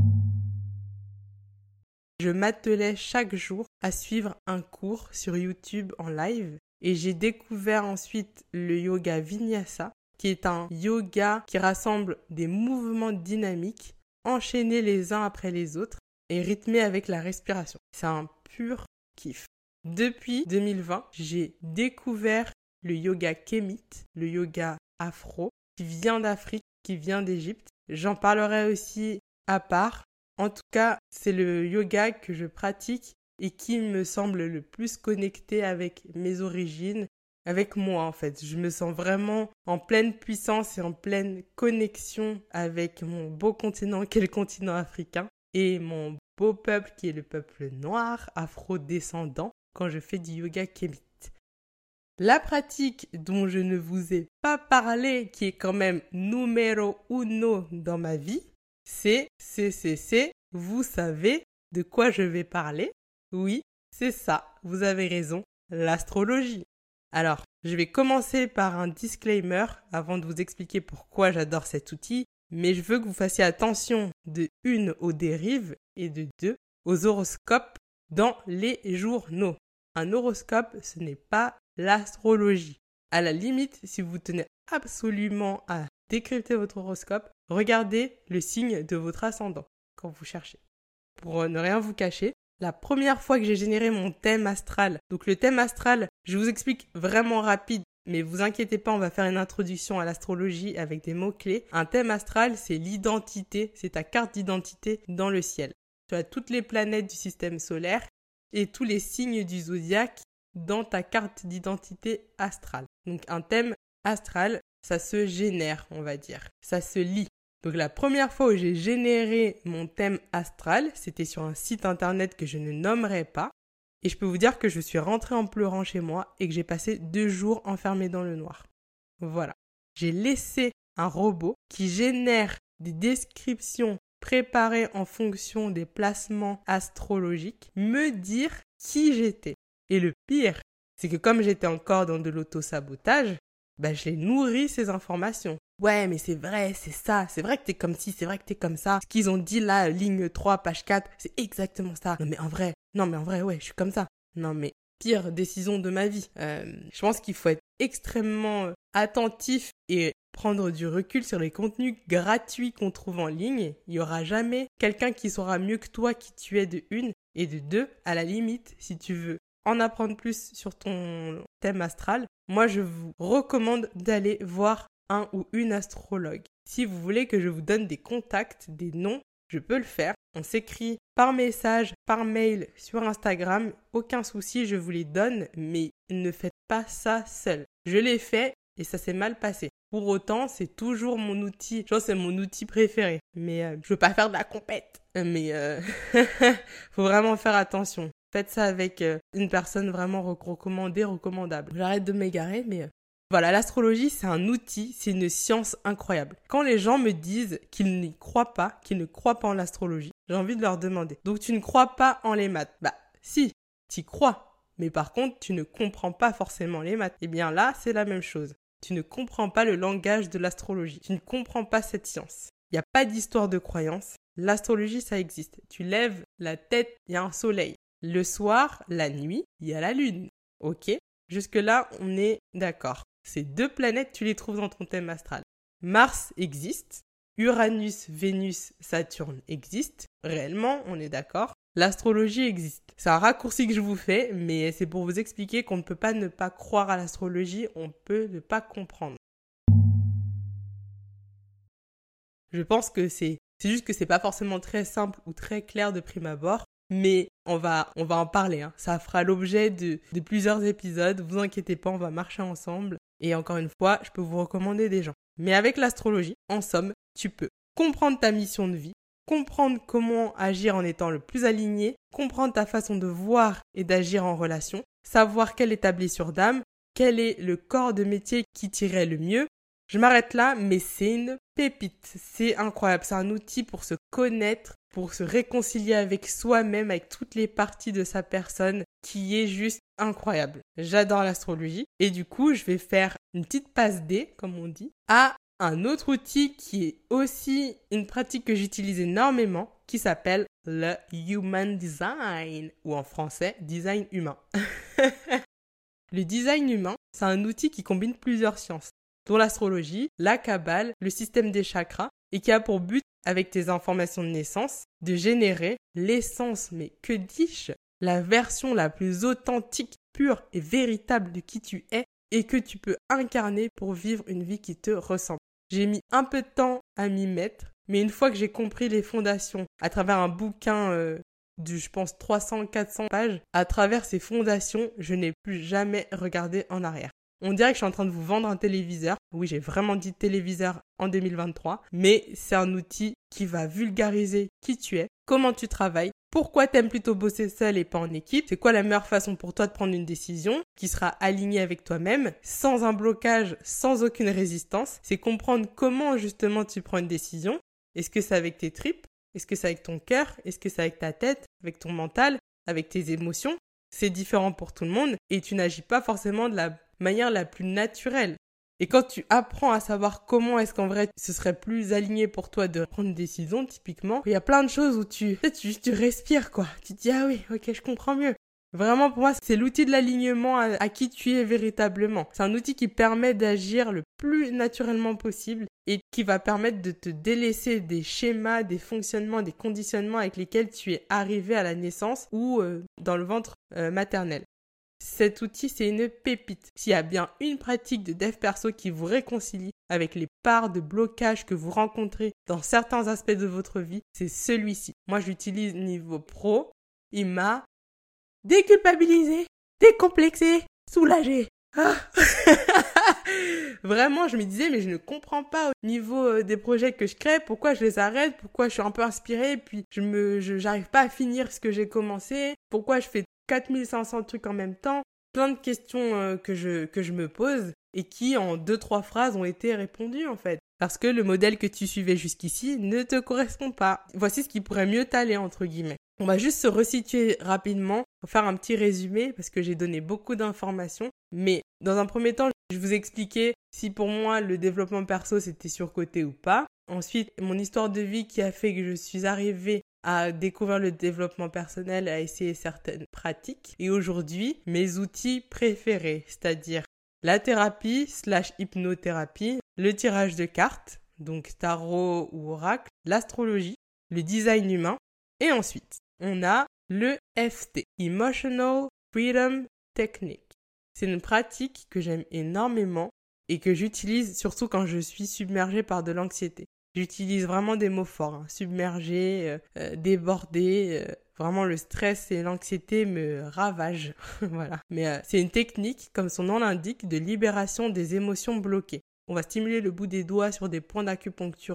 Je m'attelais chaque jour à suivre un cours sur YouTube en live et j'ai découvert ensuite le yoga vinyasa, qui est un yoga qui rassemble des mouvements dynamiques enchaînés les uns après les autres et rythmés avec la respiration. C'est un pur kiff. Depuis deux mille vingt, j'ai découvert le yoga kémite, le yoga afro, qui vient d'Afrique, qui vient d'Égypte. J'en parlerai aussi à part. En tout cas, c'est le yoga que je pratique et qui me semble le plus connecté avec mes origines, avec moi en fait. Je me sens vraiment en pleine puissance et en pleine connexion avec mon beau continent qui est le continent africain et mon beau peuple qui est le peuple noir, afro-descendant, quand je fais du yoga kémite. La pratique dont je ne vous ai pas parlé, qui est quand même numéro uno dans ma vie, c'est C C C. Vous savez de quoi je vais parler? Oui, c'est ça, vous avez raison, l'astrologie. Alors, je vais commencer par un disclaimer avant de vous expliquer pourquoi j'adore cet outil, mais je veux que vous fassiez attention de une aux dérives et de deux aux horoscopes dans les journaux. Un horoscope, ce n'est pas l'astrologie. À la limite, si vous tenez absolument à décrypter votre horoscope, regardez le signe de votre ascendant quand vous cherchez. Pour ne rien vous cacher, la première fois que j'ai généré mon thème astral, donc le thème astral, je vous explique vraiment rapide, mais vous inquiétez pas, on va faire une introduction à l'astrologie avec des mots-clés. Un thème astral, c'est l'identité, c'est ta carte d'identité dans le ciel. Tu as toutes les planètes du système solaire et tous les signes du zodiaque dans ta carte d'identité astrale. Donc un thème astral, ça se génère, on va dire. Ça se lit. Donc la première fois où j'ai généré mon thème astral, c'était sur un site internet que je ne nommerai pas. Et je peux vous dire que je suis rentrée en pleurant chez moi et que j'ai passé deux jours enfermée dans le noir. Voilà. J'ai laissé un robot qui génère des descriptions préparées en fonction des placements astrologiques me dire qui j'étais. Et le pire, c'est que comme j'étais encore dans de l'auto-sabotage, bah, je l'ai nourri ces informations. Ouais, mais c'est vrai, c'est ça, c'est vrai que t'es comme ci, c'est vrai que t'es comme ça. Ce qu'ils ont dit là, ligne trois, page quatre, c'est exactement ça. Non mais en vrai, non mais en vrai, ouais, je suis comme ça. Non mais pire décision de ma vie. Euh, je pense qu'il faut être extrêmement attentif et prendre du recul sur les contenus gratuits qu'on trouve en ligne. Il n'y aura jamais quelqu'un qui saura mieux que toi qui tu es de une. Et de deux, à la limite, si tu veux en apprendre plus sur ton thème astral, moi je vous recommande d'aller voir un ou une astrologue. Si vous voulez que je vous donne des contacts, des noms, je peux le faire. On s'écrit par message, par mail, sur Instagram. Aucun souci, je vous les donne, mais ne faites pas ça seul. Je l'ai fait et ça s'est mal passé. Pour autant, c'est toujours mon outil. Je pense que c'est mon outil préféré. Mais euh, je veux pas faire de la compète. Mais euh, faut vraiment faire attention. Faites ça avec euh, une personne vraiment recommandée, recommandable. J'arrête de m'égarer, mais... Euh, Voilà, l'astrologie, c'est un outil, c'est une science incroyable. Quand les gens me disent qu'ils n'y croient pas, qu'ils ne croient pas en l'astrologie, j'ai envie de leur demander. Donc tu ne crois pas en les maths? Bah si, tu y crois. Mais par contre, tu ne comprends pas forcément les maths. Eh bien là, c'est la même chose. Tu ne comprends pas le langage de l'astrologie. Tu ne comprends pas cette science. Il n'y a pas d'histoire de croyance. L'astrologie, ça existe. Tu lèves la tête, il y a un soleil. Le soir, la nuit, il y a la lune. Ok? Jusque-là, on est d'accord. Ces deux planètes, tu les trouves dans ton thème astral. Mars existe, Uranus, Vénus, Saturne existent. Réellement, on est d'accord. L'astrologie existe. C'est un raccourci que je vous fais, mais c'est pour vous expliquer qu'on ne peut pas ne pas croire à l'astrologie, on peut ne pas comprendre. Je pense que c'est, c'est juste que c'est pas forcément très simple ou très clair de prime abord. Mais on va, on va en parler, hein. Ça fera l'objet de, de plusieurs épisodes. Vous inquiétez pas, on va marcher ensemble. Et encore une fois, je peux vous recommander des gens. Mais avec l'astrologie, en somme, tu peux comprendre ta mission de vie, comprendre comment agir en étant le plus aligné, comprendre ta façon de voir et d'agir en relation, savoir quelle est ta blessure d'âme, quel est le corps de métier qui t'irait le mieux. Je m'arrête là, mais c'est une pépite. C'est incroyable. C'est un outil pour se connaître, pour se réconcilier avec soi-même, avec toutes les parties de sa personne, qui est juste incroyable. J'adore l'astrologie. Et du coup, je vais faire une petite passe D, comme on dit, à un autre outil qui est aussi une pratique que j'utilise énormément, qui s'appelle le Human Design, ou en français, design humain. Le design humain, c'est un outil qui combine plusieurs sciences, dont l'astrologie, la kabbale, le système des chakras, et qui a pour but, avec tes informations de naissance, de générer l'essence, mais que dis-je, la version la plus authentique, pure et véritable de qui tu es et que tu peux incarner pour vivre une vie qui te ressemble. J'ai mis un peu de temps à m'y mettre, mais une fois que j'ai compris les fondations, à travers un bouquin euh, de, je pense, trois cents à quatre cents pages, à travers ces fondations, je n'ai plus jamais regardé en arrière. On dirait que je suis en train de vous vendre un téléviseur. Oui, j'ai vraiment dit téléviseur en deux mille vingt-trois, mais c'est un outil qui va vulgariser qui tu es, comment tu travailles, pourquoi t'aimes plutôt bosser seul et pas en équipe, c'est quoi la meilleure façon pour toi de prendre une décision qui sera alignée avec toi-même, sans un blocage, sans aucune résistance. C'est comprendre comment justement tu prends une décision. Est-ce que c'est avec tes tripes? Est-ce que c'est avec ton cœur? Est-ce que c'est avec ta tête? Avec ton mental? Avec tes émotions? C'est différent pour tout le monde et tu n'agis pas forcément de la manière la plus naturelle. Et quand tu apprends à savoir comment est-ce qu'en vrai ce serait plus aligné pour toi de prendre une décision, typiquement, il y a plein de choses où tu, tu, juste tu respires quoi. Tu te dis ah oui, ok, je comprends mieux. Vraiment pour moi c'est l'outil de l'alignement à, à qui tu es véritablement. C'est un outil qui permet d'agir le plus naturellement possible et qui va permettre de te délaisser des schémas, des fonctionnements, des conditionnements avec lesquels tu es arrivé à la naissance ou euh, dans le ventre euh, maternel. Cet outil, c'est une pépite. S'il y a bien une pratique de dev perso qui vous réconcilie avec les parts de blocage que vous rencontrez dans certains aspects de votre vie, c'est celui-ci. Moi, je l'utilise niveau pro. Il m'a déculpabilisé, décomplexé, soulagé. Ah Vraiment, je me disais, mais je ne comprends pas au niveau des projets que je crée, pourquoi je les arrête, pourquoi je suis un peu inspirée, puis je me, je, j'arrive pas à finir ce que j'ai commencé, pourquoi je fais quatre mille cinq cents trucs en même temps, plein de questions euh, que je que je me pose et qui en deux trois phrases ont été répondues en fait. Parce que le modèle que tu suivais jusqu'ici ne te correspond pas. Voici ce qui pourrait mieux t'aller entre guillemets. On va juste se resituer rapidement, faire un petit résumé parce que j'ai donné beaucoup d'informations. Mais dans un premier temps, je vous expliquais si pour moi le développement perso c'était surcoté ou pas. Ensuite, mon histoire de vie qui a fait que je suis arrivée à découvrir le développement personnel, à essayer certaines pratiques. Et aujourd'hui, mes outils préférés, c'est-à-dire la thérapie slash hypnothérapie, le tirage de cartes, donc tarot ou oracle, l'astrologie, le design humain. Et ensuite, on a le F T, Emotional Freedom Technique. C'est une pratique que j'aime énormément et que j'utilise surtout quand je suis submergée par de l'anxiété. J'utilise vraiment des mots forts, hein. Submergé, euh, débordé, euh, vraiment le stress et l'anxiété me ravagent. Voilà. Mais euh, c'est une technique, comme son nom l'indique, de libération des émotions bloquées. On va stimuler le bout des doigts sur des points d'acupuncture.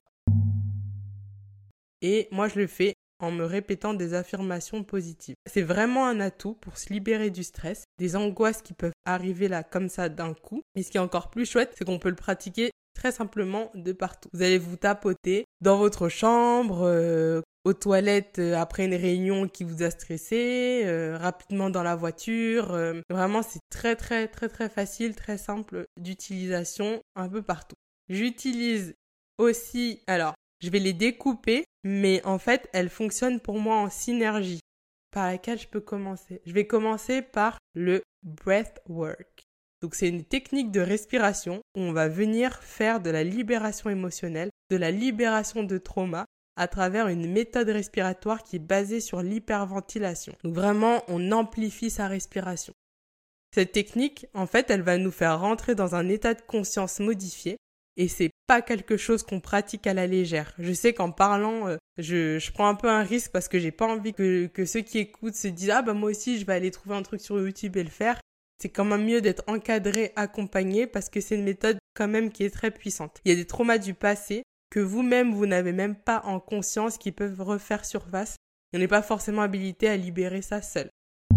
Et moi, je le fais en me répétant des affirmations positives. C'est vraiment un atout pour se libérer du stress, des angoisses qui peuvent arriver là comme ça d'un coup. Et ce qui est encore plus chouette, c'est qu'on peut le pratiquer très simplement de partout. Vous allez vous tapoter dans votre chambre, euh, aux toilettes euh, après une réunion qui vous a stressé, euh, rapidement dans la voiture. Euh, vraiment, c'est très très très très facile, très simple d'utilisation un peu partout. J'utilise aussi, alors, je vais les découper, mais en fait, elles fonctionnent pour moi en synergie. Par laquelle je peux commencer. Je vais commencer par le breathwork. Donc c'est une technique de respiration où on va venir faire de la libération émotionnelle, de la libération de trauma à travers une méthode respiratoire qui est basée sur l'hyperventilation. Donc vraiment, on amplifie sa respiration. Cette technique, en fait, elle va nous faire rentrer dans un état de conscience modifié et c'est pas quelque chose qu'on pratique à la légère. Je sais qu'en parlant, euh, je, je prends un peu un risque parce que j'ai pas envie que, que ceux qui écoutent se disent « Ah bah moi aussi, je vais aller trouver un truc sur YouTube et le faire ». C'est quand même mieux d'être encadré, accompagné parce que c'est une méthode quand même qui est très puissante. Il y a des traumas du passé que vous-même, vous n'avez même pas en conscience qui peuvent refaire surface. Et on n'est pas forcément habilité à libérer ça seul.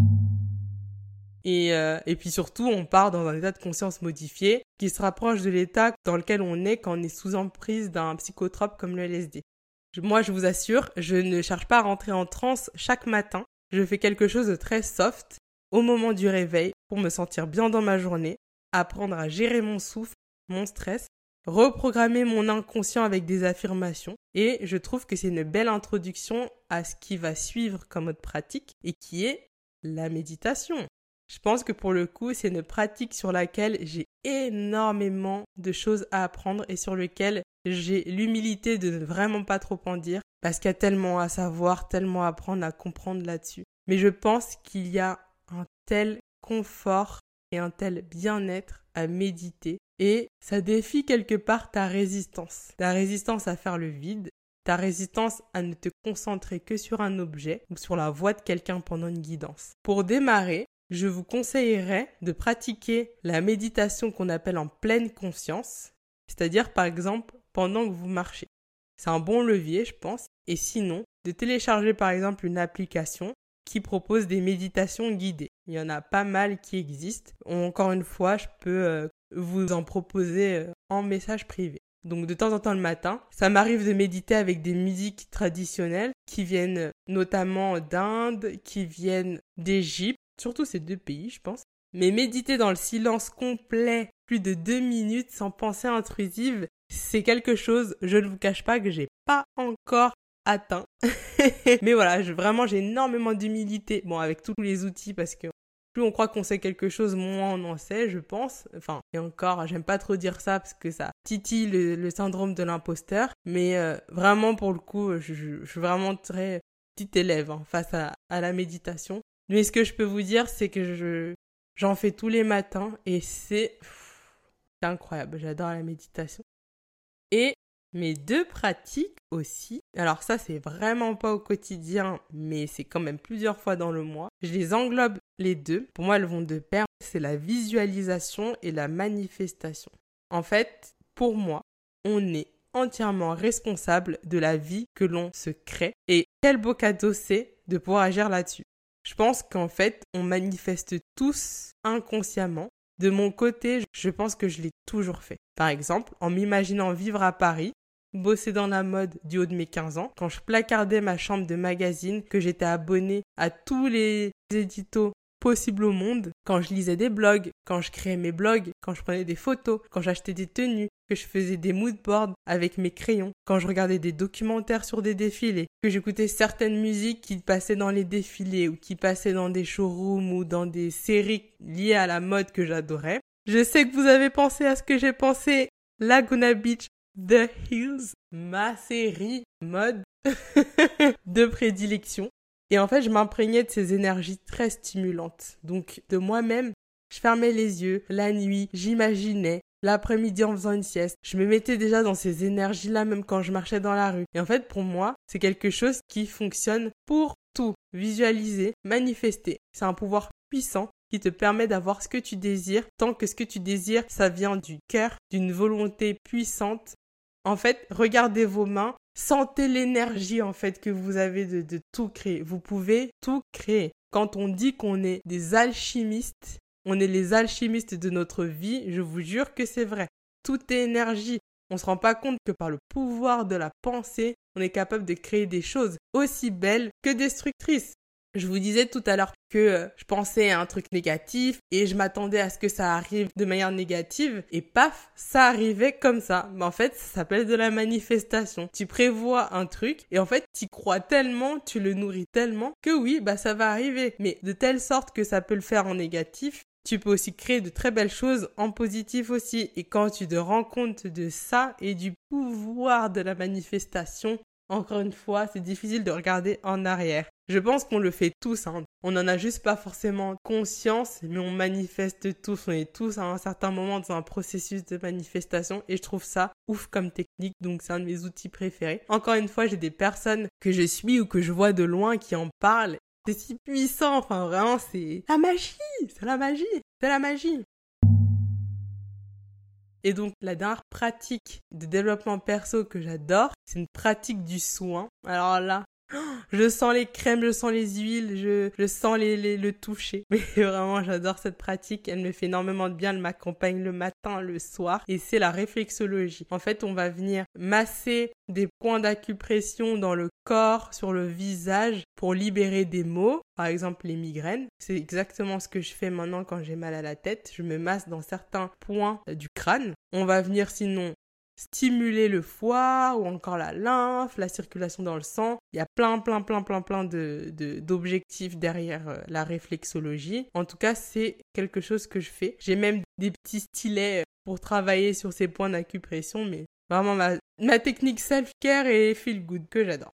Et, euh, et puis surtout, on part dans un état de conscience modifié qui se rapproche de l'état dans lequel on est quand on est sous emprise d'un psychotrope comme le L S D. Moi, je vous assure, je ne cherche pas à rentrer en transe chaque matin. Je fais quelque chose de très soft au moment du réveil pour me sentir bien dans ma journée, apprendre à gérer mon souffle, mon stress, reprogrammer mon inconscient avec des affirmations et je trouve que c'est une belle introduction à ce qui va suivre comme autre pratique et qui est la méditation. Je pense que pour le coup, c'est une pratique sur laquelle j'ai énormément de choses à apprendre et sur laquelle j'ai l'humilité de ne vraiment pas trop en dire parce qu'il y a tellement à savoir, tellement à apprendre, à comprendre là-dessus. Mais je pense qu'il y a un tel confort et un tel bien-être à méditer et ça défie quelque part ta résistance. Ta résistance à faire le vide, ta résistance à ne te concentrer que sur un objet ou sur la voix de quelqu'un pendant une guidance. Pour démarrer, je vous conseillerais de pratiquer la méditation qu'on appelle en pleine conscience, c'est-à-dire par exemple pendant que vous marchez. C'est un bon levier, je pense. Et sinon, de télécharger par exemple une application qui propose des méditations guidées. Il y en a pas mal qui existent. Encore une fois, je peux euh, vous en proposer euh, en message privé. Donc de temps en temps le matin, ça m'arrive de méditer avec des musiques traditionnelles qui viennent notamment d'Inde, qui viennent d'Égypte, surtout ces deux pays je pense. Mais méditer dans le silence complet, plus de deux minutes sans pensée intrusive, c'est quelque chose, je ne vous cache pas, que j'ai pas encore atteint. Mais voilà, je, vraiment j'ai énormément d'humilité, bon avec tous les outils parce que plus on croit qu'on sait quelque chose, moins on en sait, je pense. Enfin, et encore, j'aime pas trop dire ça parce que ça titille le, le syndrome de l'imposteur. Mais euh, vraiment, pour le coup, je, je, je suis vraiment très petite élève hein, face à, à la méditation. Mais ce que je peux vous dire, c'est que je, j'en fais tous les matins et c'est, c'est incroyable. J'adore la méditation. Et mes deux pratiques aussi, alors ça c'est vraiment pas au quotidien, mais c'est quand même plusieurs fois dans le mois. Je les englobe les deux. Pour moi, elles vont de pair. C'est la visualisation et la manifestation. En fait, pour moi, on est entièrement responsable de la vie que l'on se crée. Et quel beau cadeau c'est de pouvoir agir là-dessus. Je pense qu'en fait, on manifeste tous inconsciemment. De mon côté, je pense que je l'ai toujours fait. Par exemple, en m'imaginant vivre à Paris, bosser dans la mode du haut de mes quinze ans, quand je placardais ma chambre de magazine, que j'étais abonnée à tous les éditos possibles au monde, quand je lisais des blogs, quand je créais mes blogs, quand je prenais des photos, quand j'achetais des tenues, que je faisais des moodboards avec mes crayons, quand je regardais des documentaires sur des défilés, que j'écoutais certaines musiques qui passaient dans les défilés ou qui passaient dans des showrooms ou dans des séries liées à la mode que j'adorais. Je sais que vous avez pensé à ce que j'ai pensé, Laguna Beach, The Hills, ma série mode de prédilection. Et en fait, je m'imprégnais de ces énergies très stimulantes. Donc, de moi-même, je fermais les yeux, la nuit, j'imaginais, l'après-midi en faisant une sieste. Je me mettais déjà dans ces énergies-là, même quand je marchais dans la rue. Et en fait, pour moi, c'est quelque chose qui fonctionne pour tout. Visualiser, manifester. C'est un pouvoir puissant qui te permet d'avoir ce que tu désires, tant que ce que tu désires, ça vient du cœur, d'une volonté puissante. En fait, regardez vos mains, sentez l'énergie en fait que vous avez de, de tout créer. Vous pouvez tout créer. Quand on dit qu'on est des alchimistes, on est les alchimistes de notre vie, je vous jure que c'est vrai. Tout est énergie. On ne se rend pas compte que par le pouvoir de la pensée, on est capable de créer des choses aussi belles que destructrices. Je vous disais tout à l'heure que euh, je pensais à un truc négatif et je m'attendais à ce que ça arrive de manière négative et paf, ça arrivait comme ça. Mais en fait, ça s'appelle de la manifestation. Tu prévois un truc et en fait, tu y crois tellement, tu le nourris tellement que oui, bah ça va arriver. Mais de telle sorte que ça peut le faire en négatif, tu peux aussi créer de très belles choses en positif aussi. Et quand tu te rends compte de ça et du pouvoir de la manifestation, encore une fois, c'est difficile de regarder en arrière. Je pense qu'on le fait tous, hein. On n'en a juste pas forcément conscience, mais on manifeste tous. On est tous à un certain moment dans un processus de manifestation et je trouve ça ouf comme technique, donc c'est un de mes outils préférés. Encore une fois, j'ai des personnes que je suis ou que je vois de loin qui en parlent. C'est si puissant, enfin vraiment, c'est la magie, c'est la magie, c'est la magie. Et donc, la dernière pratique de développement perso que j'adore, c'est une pratique du soin. Alors là, je sens les crèmes, je sens les huiles, je, je sens les, les, le toucher. Mais vraiment, j'adore cette pratique. Elle me fait énormément de bien. Elle m'accompagne le matin, le soir. Et c'est la réflexologie. En fait, on va venir masser des points d'acupression dans le corps, sur le visage, pour libérer des maux. Par exemple, les migraines. C'est exactement ce que je fais maintenant quand j'ai mal à la tête. Je me masse dans certains points du crâne. On va venir sinon stimuler le foie ou encore la lymphe, la circulation dans le sang. Il y a plein, plein, plein, plein, plein de, de, d'objectifs derrière euh, la réflexologie. En tout cas, c'est quelque chose que je fais. J'ai même des petits stylets pour travailler sur ces points d'acupression, mais vraiment ma, ma technique self-care et feel good que j'adore.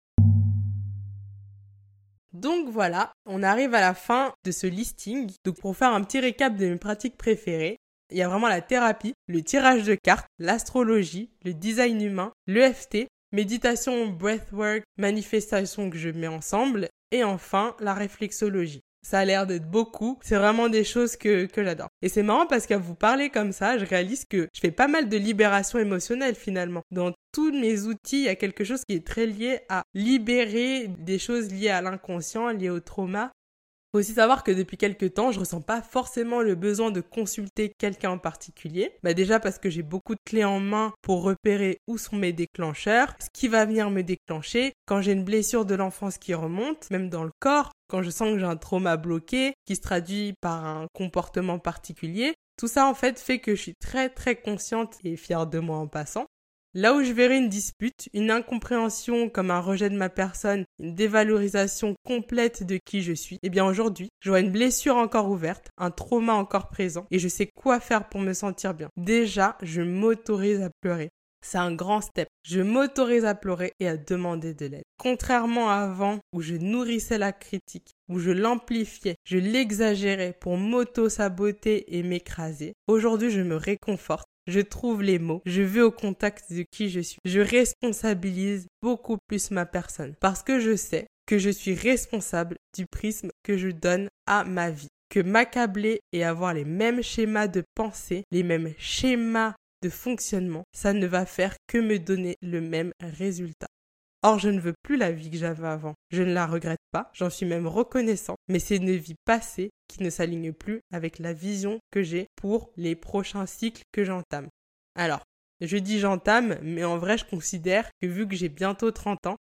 Donc voilà, on arrive à la fin de ce listing. Donc pour faire un petit récap de mes pratiques préférées, il y a vraiment la thérapie, le tirage de cartes, l'astrologie, le design humain, l'E F T, méditation, breathwork, manifestation que je mets ensemble et enfin la réflexologie. Ça a l'air d'être beaucoup. C'est vraiment des choses que, que j'adore. Et c'est marrant parce qu'à vous parler comme ça, je réalise que je fais pas mal de libération émotionnelle finalement. Dans tous mes outils, il y a quelque chose qui est très lié à libérer des choses liées à l'inconscient, liées au trauma. Faut aussi savoir que depuis quelques temps, je ressens pas forcément le besoin de consulter quelqu'un en particulier. Bah déjà parce que j'ai beaucoup de clés en main pour repérer où sont mes déclencheurs, ce qui va venir me déclencher, quand j'ai une blessure de l'enfance qui remonte, même dans le corps, quand je sens que j'ai un trauma bloqué, qui se traduit par un comportement particulier. Tout ça en fait fait que je suis très très consciente et fière de moi en passant. Là où je verrai une dispute, une incompréhension comme un rejet de ma personne, une dévalorisation complète de qui je suis, eh bien aujourd'hui, j'aurai une blessure encore ouverte, un trauma encore présent et je sais quoi faire pour me sentir bien. Déjà, je m'autorise à pleurer. C'est un grand step. Je m'autorise à pleurer et à demander de l'aide. Contrairement à avant, où je nourrissais la critique, où je l'amplifiais, je l'exagérais pour m'auto-saboter et m'écraser, aujourd'hui je me réconforte. Je trouve les mots, je vais au contact de qui je suis. Je responsabilise beaucoup plus ma personne parce que je sais que je suis responsable du prisme que je donne à ma vie. Que m'accabler et avoir les mêmes schémas de pensée, les mêmes schémas de fonctionnement, ça ne va faire que me donner le même résultat. Or, je ne veux plus la vie que j'avais avant. Je ne la regrette pas, j'en suis même reconnaissant, mais c'est une vie passée qui ne s'aligne plus avec la vision que j'ai pour les prochains cycles que j'entame. Alors, je dis j'entame, mais en vrai, je considère que vu que j'ai bientôt trente ans,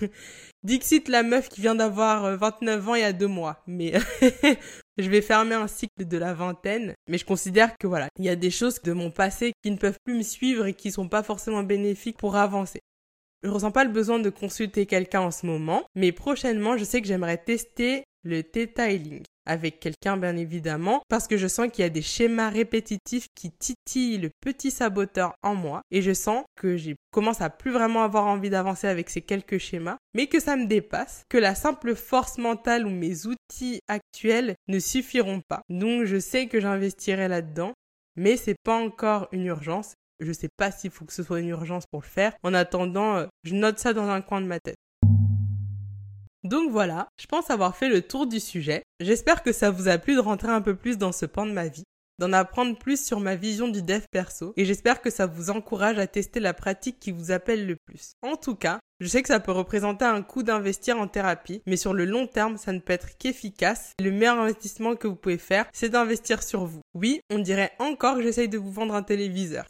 Dixit la meuf qui vient d'avoir vingt-neuf ans il y a deux mois, mais je vais fermer un cycle de la vingtaine, mais je considère que voilà, il y a des choses de mon passé qui ne peuvent plus me suivre et qui sont pas forcément bénéfiques pour avancer. Je ressens pas le besoin de consulter quelqu'un en ce moment, mais prochainement, je sais que j'aimerais tester le Theta Healing avec quelqu'un bien évidemment, parce que je sens qu'il y a des schémas répétitifs qui titillent le petit saboteur en moi et je sens que je commence à plus vraiment avoir envie d'avancer avec ces quelques schémas, mais que ça me dépasse, que la simple force mentale ou mes outils actuels ne suffiront pas. Donc je sais que j'investirai là-dedans, mais c'est pas encore une urgence. Je sais pas s'il faut que ce soit une urgence pour le faire. En attendant, je note ça dans un coin de ma tête. Donc voilà, je pense avoir fait le tour du sujet. J'espère que ça vous a plu de rentrer un peu plus dans ce pan de ma vie, d'en apprendre plus sur ma vision du dev perso et j'espère que ça vous encourage à tester la pratique qui vous appelle le plus. En tout cas, je sais que ça peut représenter un coût d'investir en thérapie, mais sur le long terme, ça ne peut être qu'efficace. Le meilleur investissement que vous pouvez faire, c'est d'investir sur vous. Oui, on dirait encore que j'essaye de vous vendre un téléviseur.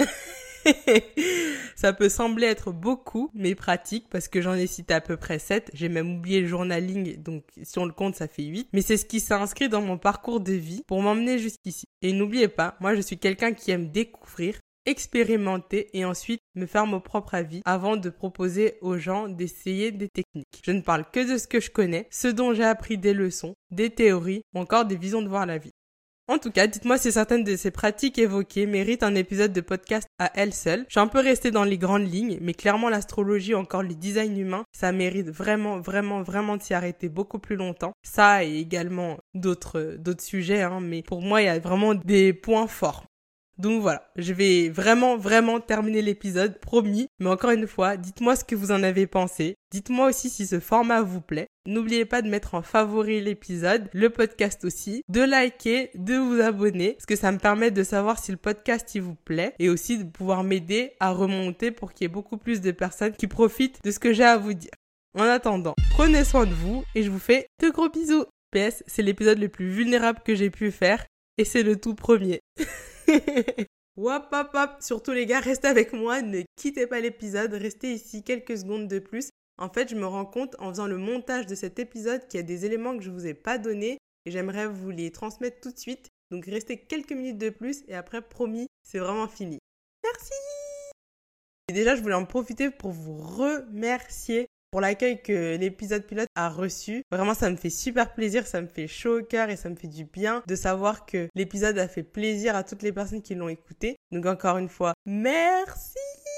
Ça peut sembler être beaucoup, mais pratique, parce que j'en ai cité à peu près sept. J'ai même oublié le journaling, donc si on le compte, ça fait huit. Mais c'est ce qui s'est inscrit dans mon parcours de vie pour m'emmener jusqu'ici. Et n'oubliez pas, moi je suis quelqu'un qui aime découvrir, expérimenter et ensuite me faire mon propre avis avant de proposer aux gens d'essayer des techniques. Je ne parle que de ce que je connais, ce dont j'ai appris des leçons, des théories ou encore des visions de voir la vie. En tout cas, dites-moi si certaines de ces pratiques évoquées méritent un épisode de podcast à elles seules. Je suis un peu restée dans les grandes lignes, mais clairement l'astrologie ou encore le design humain, ça mérite vraiment, vraiment, vraiment de s'y arrêter beaucoup plus longtemps. Ça et également d'autres, d'autres sujets, hein, mais pour moi, il y a vraiment des points forts. Donc voilà, je vais vraiment, vraiment terminer l'épisode, promis. Mais encore une fois, dites-moi ce que vous en avez pensé. Dites-moi aussi si ce format vous plaît. N'oubliez pas de mettre en favori l'épisode, le podcast aussi, de liker, de vous abonner, parce que ça me permet de savoir si le podcast il vous plaît et aussi de pouvoir m'aider à remonter pour qu'il y ait beaucoup plus de personnes qui profitent de ce que j'ai à vous dire. En attendant, prenez soin de vous et je vous fais de gros bisous. P S, c'est l'épisode le plus vulnérable que j'ai pu faire et c'est le tout premier. Wop hop hop, surtout les gars, restez avec moi, ne quittez pas l'épisode, restez ici quelques secondes de plus. En fait, je me rends compte en faisant le montage de cet épisode qu'il y a des éléments que je vous ai pas donnés et j'aimerais vous les transmettre tout de suite. Donc restez quelques minutes de plus et après, promis, c'est vraiment fini. Merci! Et déjà, je voulais en profiter pour vous remercier pour l'accueil que l'épisode pilote a reçu. Vraiment, ça me fait super plaisir, ça me fait chaud au cœur et ça me fait du bien de savoir que l'épisode a fait plaisir à toutes les personnes qui l'ont écouté. Donc encore une fois, merci.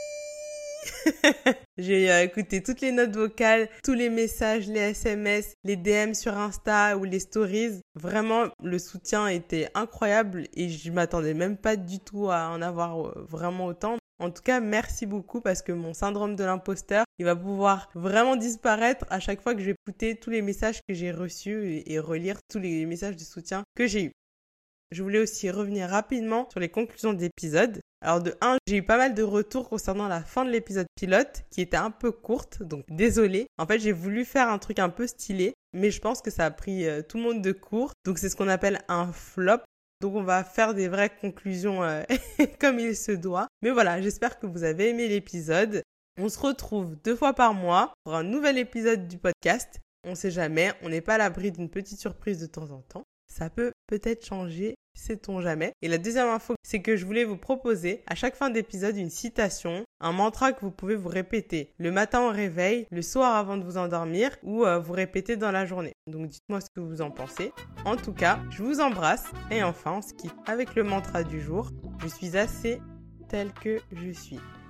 J'ai euh, écouté toutes les notes vocales, tous les messages, les S M S, les D M sur Insta ou les stories. Vraiment, le soutien était incroyable et je m'attendais même pas du tout à en avoir euh, vraiment autant. En tout cas, merci beaucoup parce que mon syndrome de l'imposteur, il va pouvoir vraiment disparaître à chaque fois que je vais écouter tous les messages que j'ai reçus et, et relire tous les messages de soutien que j'ai eus. Je voulais aussi revenir rapidement sur les conclusions d'épisode. Alors de un, j'ai eu pas mal de retours concernant la fin de l'épisode pilote qui était un peu courte, donc désolée. En fait, j'ai voulu faire un truc un peu stylé, mais je pense que ça a pris euh, tout le monde de court. Donc c'est ce qu'on appelle un flop. Donc on va faire des vraies conclusions euh, comme il se doit. Mais voilà, j'espère que vous avez aimé l'épisode. On se retrouve deux fois par mois pour un nouvel épisode du podcast. On sait jamais, on n'est pas à l'abri d'une petite surprise de temps en temps. Ça peut peut-être changer, sait-on jamais. Et la deuxième info, c'est que je voulais vous proposer à chaque fin d'épisode une citation, un mantra que vous pouvez vous répéter le matin au réveil, le soir avant de vous endormir ou euh, vous répéter dans la journée. Donc dites-moi ce que vous en pensez. En tout cas, je vous embrasse. Et enfin, on se quitte avec le mantra du jour. Je suis assez tel que je suis.